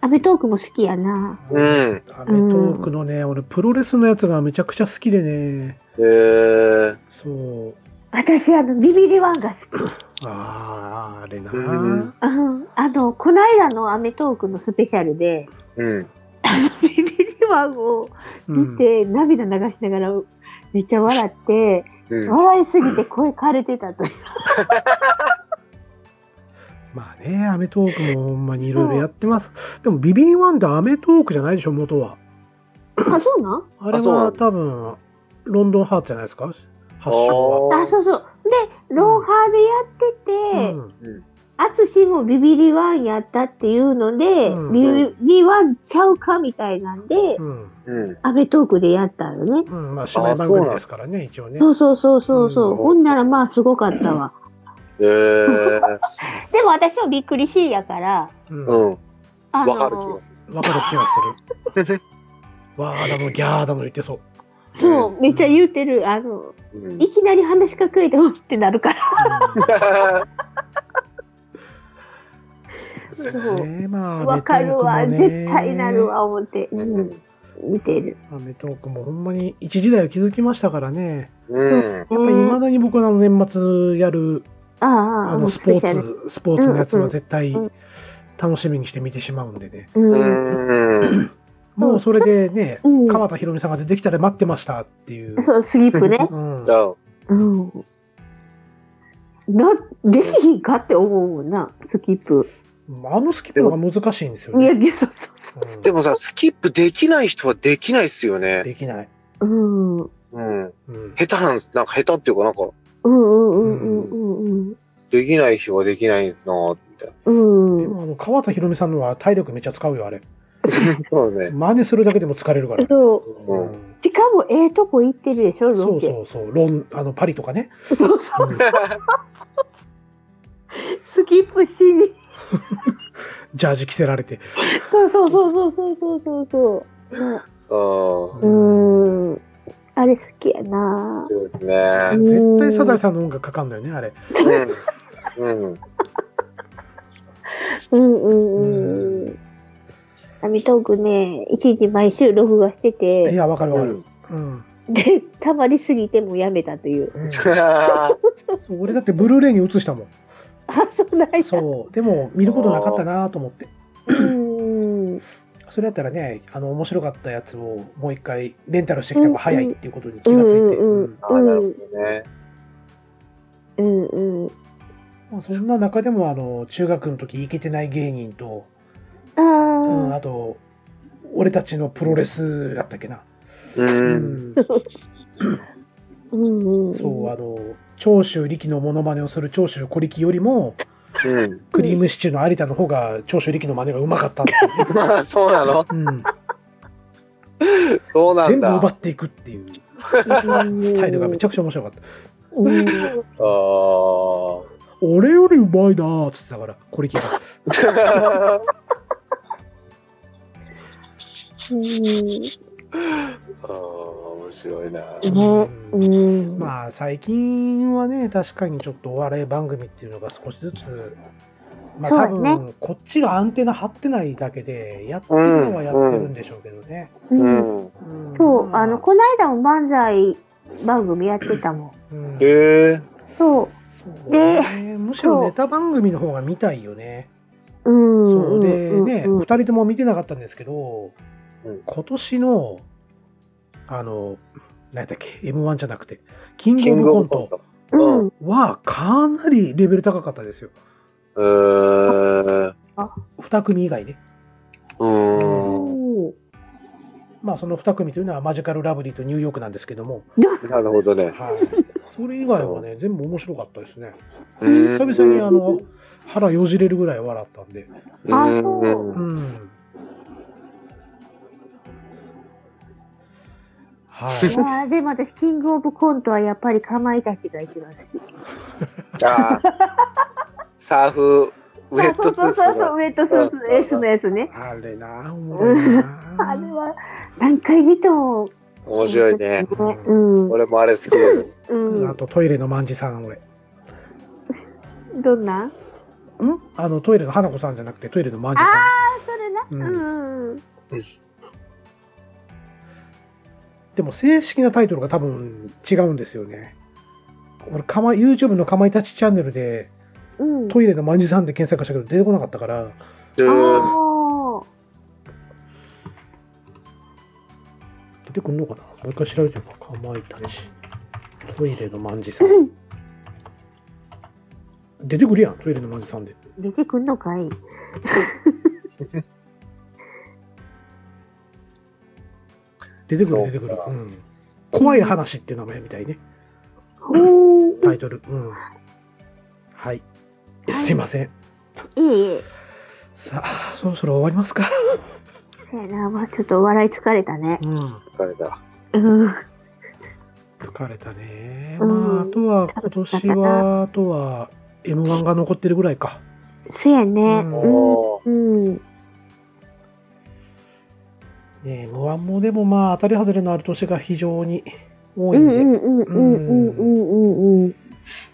アメトーークも好きやな。 うん。アメトークのね、俺、プロレスのやつがめちゃくちゃ好きでね。 へー。 そう。 私、あの、ビビリワンが好き。 ああ、あれな、うん、 あの、この間のアメトーークのスペシャルで、 うん、 ビビリワンを見て、うん、涙流しながらめっちゃ笑って、うん、笑いすぎて声枯れてたという。 まあね、アメトーークもほんまにいろいろやってます。でもビビリワンってアメトーークじゃないでしょ、元は。 あ、そうなん？ あれは多分、ロンドンハーツじゃないですか、発祥は。あ、そうそう。で、ロンハーでやってて、アツシもビビリワンやったっていうので、うん、ビビリワンちゃうかみたいなんで、うん、アメトーークでやったよね。 うん、まあ、姉妹番組ですからね、一応ね。 そうそうそうそうそう。うん、ほんならまあ、すごかったわ。 へ、えー、 でも私もびっくりしいやから、 うん。あのー、わかる気がする。わかる気がする。わーだの、ギャーだの言ってそう。 そう、めっちゃ言うてる。あの、うん、いきなり話しかけておってなるから。 ね、まあ、 わかるわ、絶対なるわ、思って、うん、見てる。 アメトーークもほんまに一時代を築きましたからね。 うん、 やっぱり未だに僕はあの年末やる、あのスポーツ、スポーツのやつは絶対楽しみにして見てしまうんでね。 うんもうそれでね、うん、川田博美さんが出てきたら待ってましたっていう。 そう、スリップね。うん。うん、な、できひんかって思うもんな、スキップ。 あのスキップが難しいんですよね。 いや、そうそうそう。 でもさ、スキップできない人はできないっすよね。 できない。 うん。 うん。うん、下手なんです。なんか下手っていうかなんか。 うんうんうんうんうん。 できない人はできないんですなーみたいな。 うん。 でもあの、川田博美さんのは体力めっちゃ使うよ、あれ。 そうね。 真似するだけでも疲れるから。 そう。うん、しかも、ええとこ行ってるでしょ、ロケ。 そうそうそう。ロン、あの、パリとかね。 そうそう。うん、スキップしに。 ジャージ着せられて。 そうそうそうそうそうそうそう。ああ。うん。あれ好きやな。 そうですね。 絶対サザエさんの音楽かかんだよね、あれ。 うん。うん。 うんうんうん。アメトーークね、一時毎週録画してて。 いや、わかるわかる。うん。 で、たまりすぎてもやめたという。うん、 そう俺だってブルーレイに映したもん。 あ、そうなんや。 そう。でも、見ることなかったなと思って。 うん。 それやったらね、あの、面白かったやつをもう一回レンタルしてきた方が早いっていうことに気がついて。うん。 ああ、なるほどね。 うんうん。 まあ、そんな中でも、あの、中学の時イケてない芸人と、 あ,、 うん、あと、俺たちのプロレスやったっけな。 うん。 うん、 そう、あの、長州力のモノマネをする長州小力よりも、 うん、 クリームシチューの有田の方が長州力の真似がうまかったっていう。 まあ、そうなの、 うん、 そうなんだ。 全部奪っていくっていうスタイルがめちゃくちゃ面白かった。 うん、 ああ。 俺よりうまいなーっつってたから、小力が。 うんああ、面白いな。 うん、 まあ最近はね、確かにちょっとお笑い番組っていうのが少しずつ、まあ多分、ね、こっちがアンテナ張ってないだけで、やってるのはやってるんでしょうけどね。 うんうんうん、そう、あの、この間も漫才番組やってたもん。 うん、へえ。 そう。 そうね、で、むしろネタ番組の方が見たいよね。 うん。 そうでね、二人とも見てなかったんですけど、今年の、あの、何やったっけ、エムワン じゃなくて、キングオブコントはかなりレベル高かったですよ。 えー、 二組以外ね。 うーん。 まあその二組というのはマジカルラブリーとニューヨークなんですけども。 なるほどね。 はい。それ以外はね、全部面白かったですね。久々にあの、腹よじれるぐらい笑ったんで。 あ、そう。 うん。はい、 いやでも私キングオブコントはやっぱりかまいたちが一番好き。 ああ。サーフウェットスーツ。 そうそうそう、ウェットスーツ S のやつね。 あれな、おもろいな。 あれは何回見ても面白いね。うん。俺もあれ好きです。 うん。あとトイレのまんじさん俺。 どんな？ん？ あのトイレの花子さんじゃなくてトイレのまんじさん。 ああ、それな。 うん。 でも正式なタイトルが多分違うんですよね。俺かま YouTube のかまいたちチャンネルで、うん、トイレのまんじさんで検索したけど出てこなかったから。えー、出てくんのかな。もう一回調べてみようか。かまいたちトイレのまんじさん。出てくるやん、トイレのまんじさんで。 出てくんのかい。 出てくる出てくる、うん。怖い話っていう名前みたいね。タイトル。うん。はい。すいません。 いいえ。 さあ、そろそろ終わりますか。 そうやな、まあちょっとお笑い疲れたね。 うん。疲れた。 うん。 疲れたね。まあ、あとは今年は、あとは エムワン が残ってるぐらいか。 そうやね。うん。うん。 ね、エムワン もでもまあ当たり外れのある年が非常に多いんで。うんうんうんうんうんうん。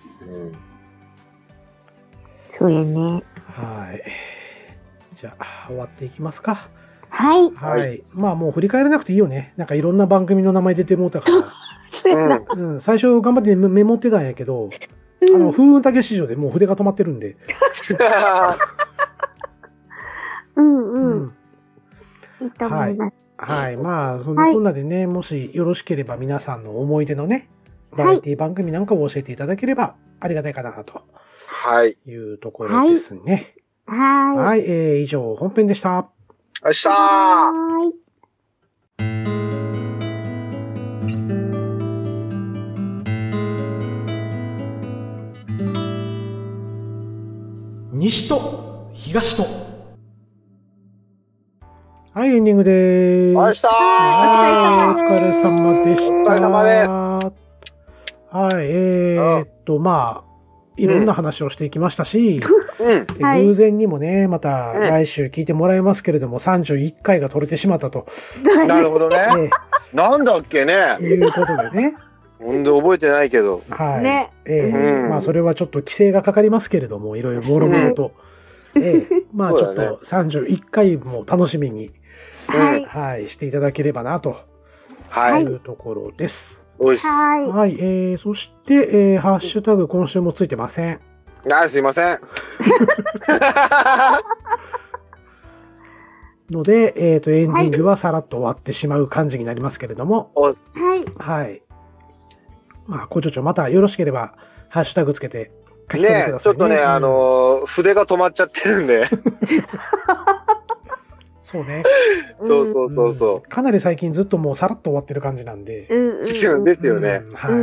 そうやね。 はい。じゃあ終わっていきますか。 はい。 はい。まあもう振り返らなくていいよね。なんかいろんな番組の名前出てもうたから。うん、最初頑張ってメモってたんやけど、うん、あの風雲竹市場でもう筆が止まってるんで。 うんうん。うんいいと思います。はい。はい。まあ、そんなこんなでね、はい、もしよろしければ皆さんの思い出のね、バラエティ番組なんかを教えていただければありがたいかなと。 はい。 いうところですね。 はい。 はい。えー、以上、本編でした。 あしたー。はい。 西と東と。はい、エンディングでーす。 はい、 お疲れ様でした。 お疲れ様です。 はい、えー、っと、まあ、いろんな話をしていきましたし、 うん、 偶然にもね、また来週聞いてもらいますけれども、さんじゅういっかいが取れてしまったと。 なるほどね。えー、なんだっけね。 いうことでね。 ほんで覚えてないけど。 はい。 ね、 えーうん、まあ、それはちょっと規制がかかりますけれども、いろいろもろもろと。えー、まあ、ちょっとさんじゅういっかいも楽しみに。はい、はい、していただければなと、はい、いうところです。 おいしはい、 はい、えー、そして、えー、ハッシュタグ今週もついてません。 あ、すいません。 ので、えっと、エンディングはさらっと終わってしまう感じになりますけれども。 はい。 はい。まあ、工場長、またよろしければ、ハッシュタグつけて書き込んでくださいね。 ね、ちょっとね、うん、あのー、筆が止まっちゃってるんで。 そうね。 そうそうそうそう、うん。 かなり最近ずっともうさらっと終わってる感じなんで。 ですよね。 うん、はい。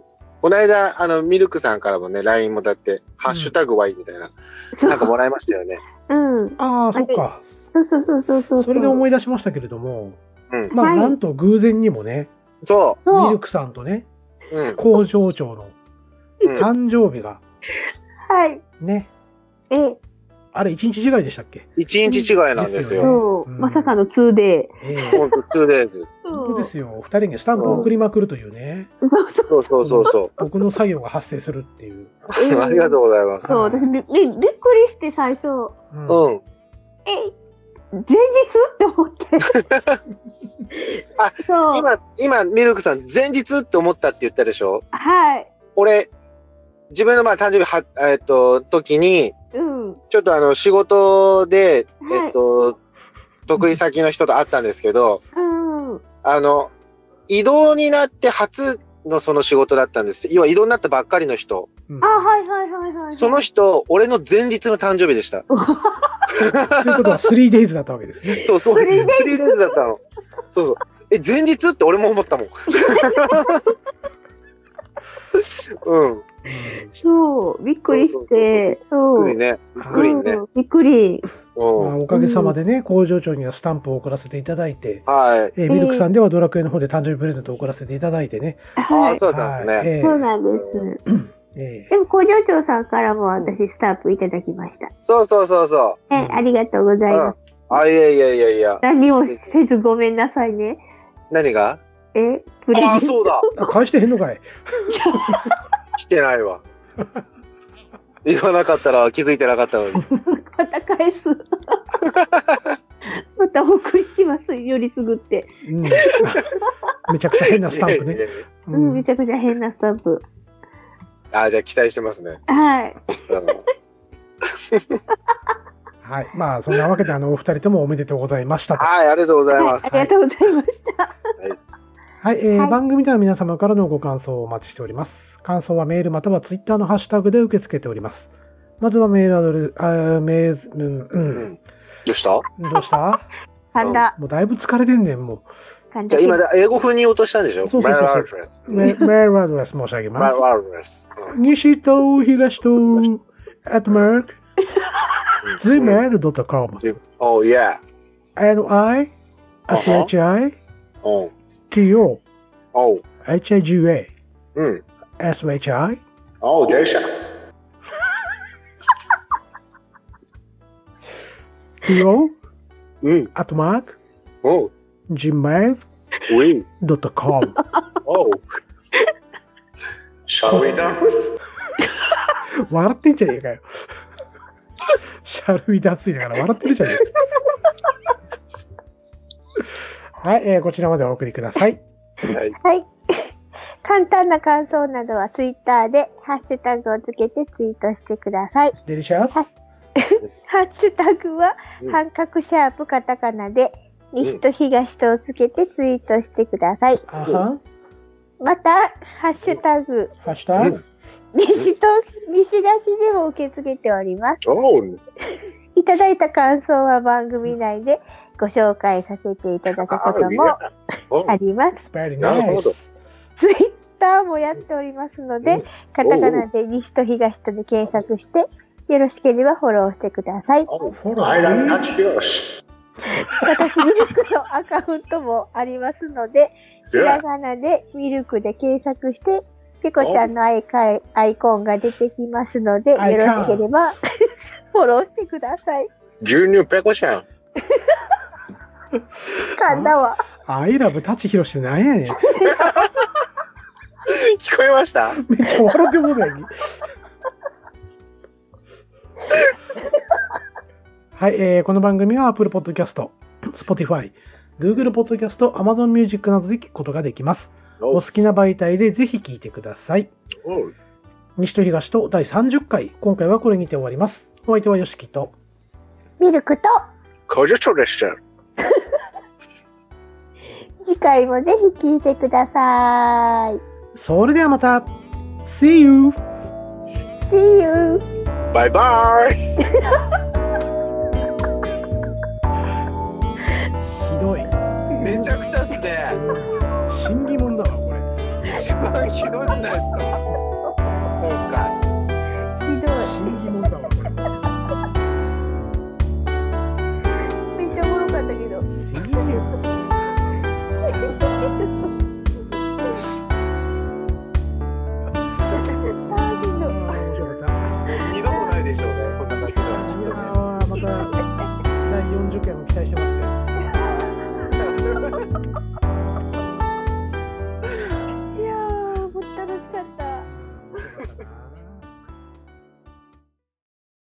この間、あの、ミルクさんからもね、ライン もだって、ハッシュタグワイみたいな、うん、なんかもらいましたよね。 うん。 ああ、そっか。 そうそうそうそうそう。 それで思い出しましたけれども、 うん、 まあ、はい、なんと偶然にもね、 そう。ミルクさんとね、うん、工場長の誕生日が、 うん、はい。 ね。 ええ。 あれ、一日違いでしたっけ？ 一日違いなんですよ。 そう。まさかの ツーデイ。 ええ。ほんと ツーデイズ。 本当ですよ。二人にスタンプを送りまくるというね。 そうそうそうそう。 僕の作業が発生するっていう。 ありがとうございます。 そう、私びっくりして最初。 うん。 え、前日って思って。 あ、そう。今、今、ミルクさん、前日って思ったって言ったでしょ？ はい。 俺、自分のまあ誕生日は、えっと、時に、 うん、 ちょっとあの、仕事で、はい、えっと、得意先の人と会ったんですけど、 うん、 あの、異動になって初のその仕事だったんです。要は異動になったばっかりの人。 うん、あ、はいはいはいはい。 その人、俺の前日の誕生日でした。 ということは スリーデイズ だったわけですね。 そうそう、スリーデイズ だったの。そうそう。え、前日って俺も思ったもん。うん。 そう、びっくりして、そう。 びっくりね。びっくりね。 びっくり。 まあ、おかげさまでね、工場長にはスタンプを送らせていただいて、 はい。 えー、ミルクさんではドラクエの方で誕生日プレゼントを送らせていただいてね。 はい。 あ、そうなんですね。 そうなんです。えー、でも工場長さんからも私スタンプいただきました。 そうそうそうそう。 え、ありがとうございます。 あ、いやいやいやいや。 何もせずごめんなさいね。 何が？ え、プレゼント。 あ、そうだ。 返してへんのかい。 してないわ。言わなかったら気づいてなかったのに。 また返す。 またお送りします。よりすぐって。 うん、めちゃくちゃ変なスタンプね。 うん、めちゃくちゃ変なスタンプ。 あ、じゃあ期待してますね。 はい。 はい。まあ、そんなわけで、あの、お二人ともおめでとうございましたと。 はい、ありがとうございます。 はい、ありがとうございました。 はい、えーはい、番組では皆様からのご感想をお待ちしております。感想はメールまたはツイッターのハッシュタグで受け付けております。まずはメールアドレス、あーメール、うん、うん。 どうしたどうした噛んだ。 もうだいぶ疲れてんねん、もう。じゃあ今、英語風に言おうとしたんでしょ？ そうそうそう。メールアドレス。メールアドレス申し上げます。メールアドレス。西と東と、アットマーク、ジメールドットコム。 Oh, yeah. N I S H I T O H I G A S H I Oh, delicious. T O アットマーク ジメールドットコム。 Oh. Shall we dance? 笑ってんじゃねえかよ。シャルウィダンスだから笑ってるじゃねえか。はい、えー、こちらまでお送りください。 はい。 はい。簡単な感想などはツイッターでハッシュタグをつけてツイートしてください。 デリシャス。 ハッシュタグは、うん、半角シャープカタカナで、西と東とをつけてツイートしてください。 うん、 また、ハッシュタグ。 ハッシュタグ西と西東でも受け付けております。いただいた感想は番組内でご紹介させていただくこともあります。 なるほど。 ツイッターもやっておりますので、カタカナで西と東とで検索して、よろしければフォローしてください。私ミルクのアカウントもありますので、ひらがなでミルクで検索して、ペコちゃんのアイカアイコンが出てきますので、よろしければフォローしてください。 牛乳ペコちゃん。 噛んだわ。 アイラブ舘ひろしって何やねん。聞こえました？ めっちゃ笑ってもない。はい、えー、この番組は Apple Podcast、Spotify、Google Podcast、Amazon Music などで聞くことができます。お好きな媒体でぜひ聞いてください。西と東とだいさんじゅっかい、今回はこれにて終わります。お相手はよしきとミルクとコジュチョでした。 次回もぜひ聞いてください。 それではまた See you! See you! バイバイ。 ひどい。 めちゃくちゃっすね。 審議もんだわこれ。 一番ひどいじゃないですか。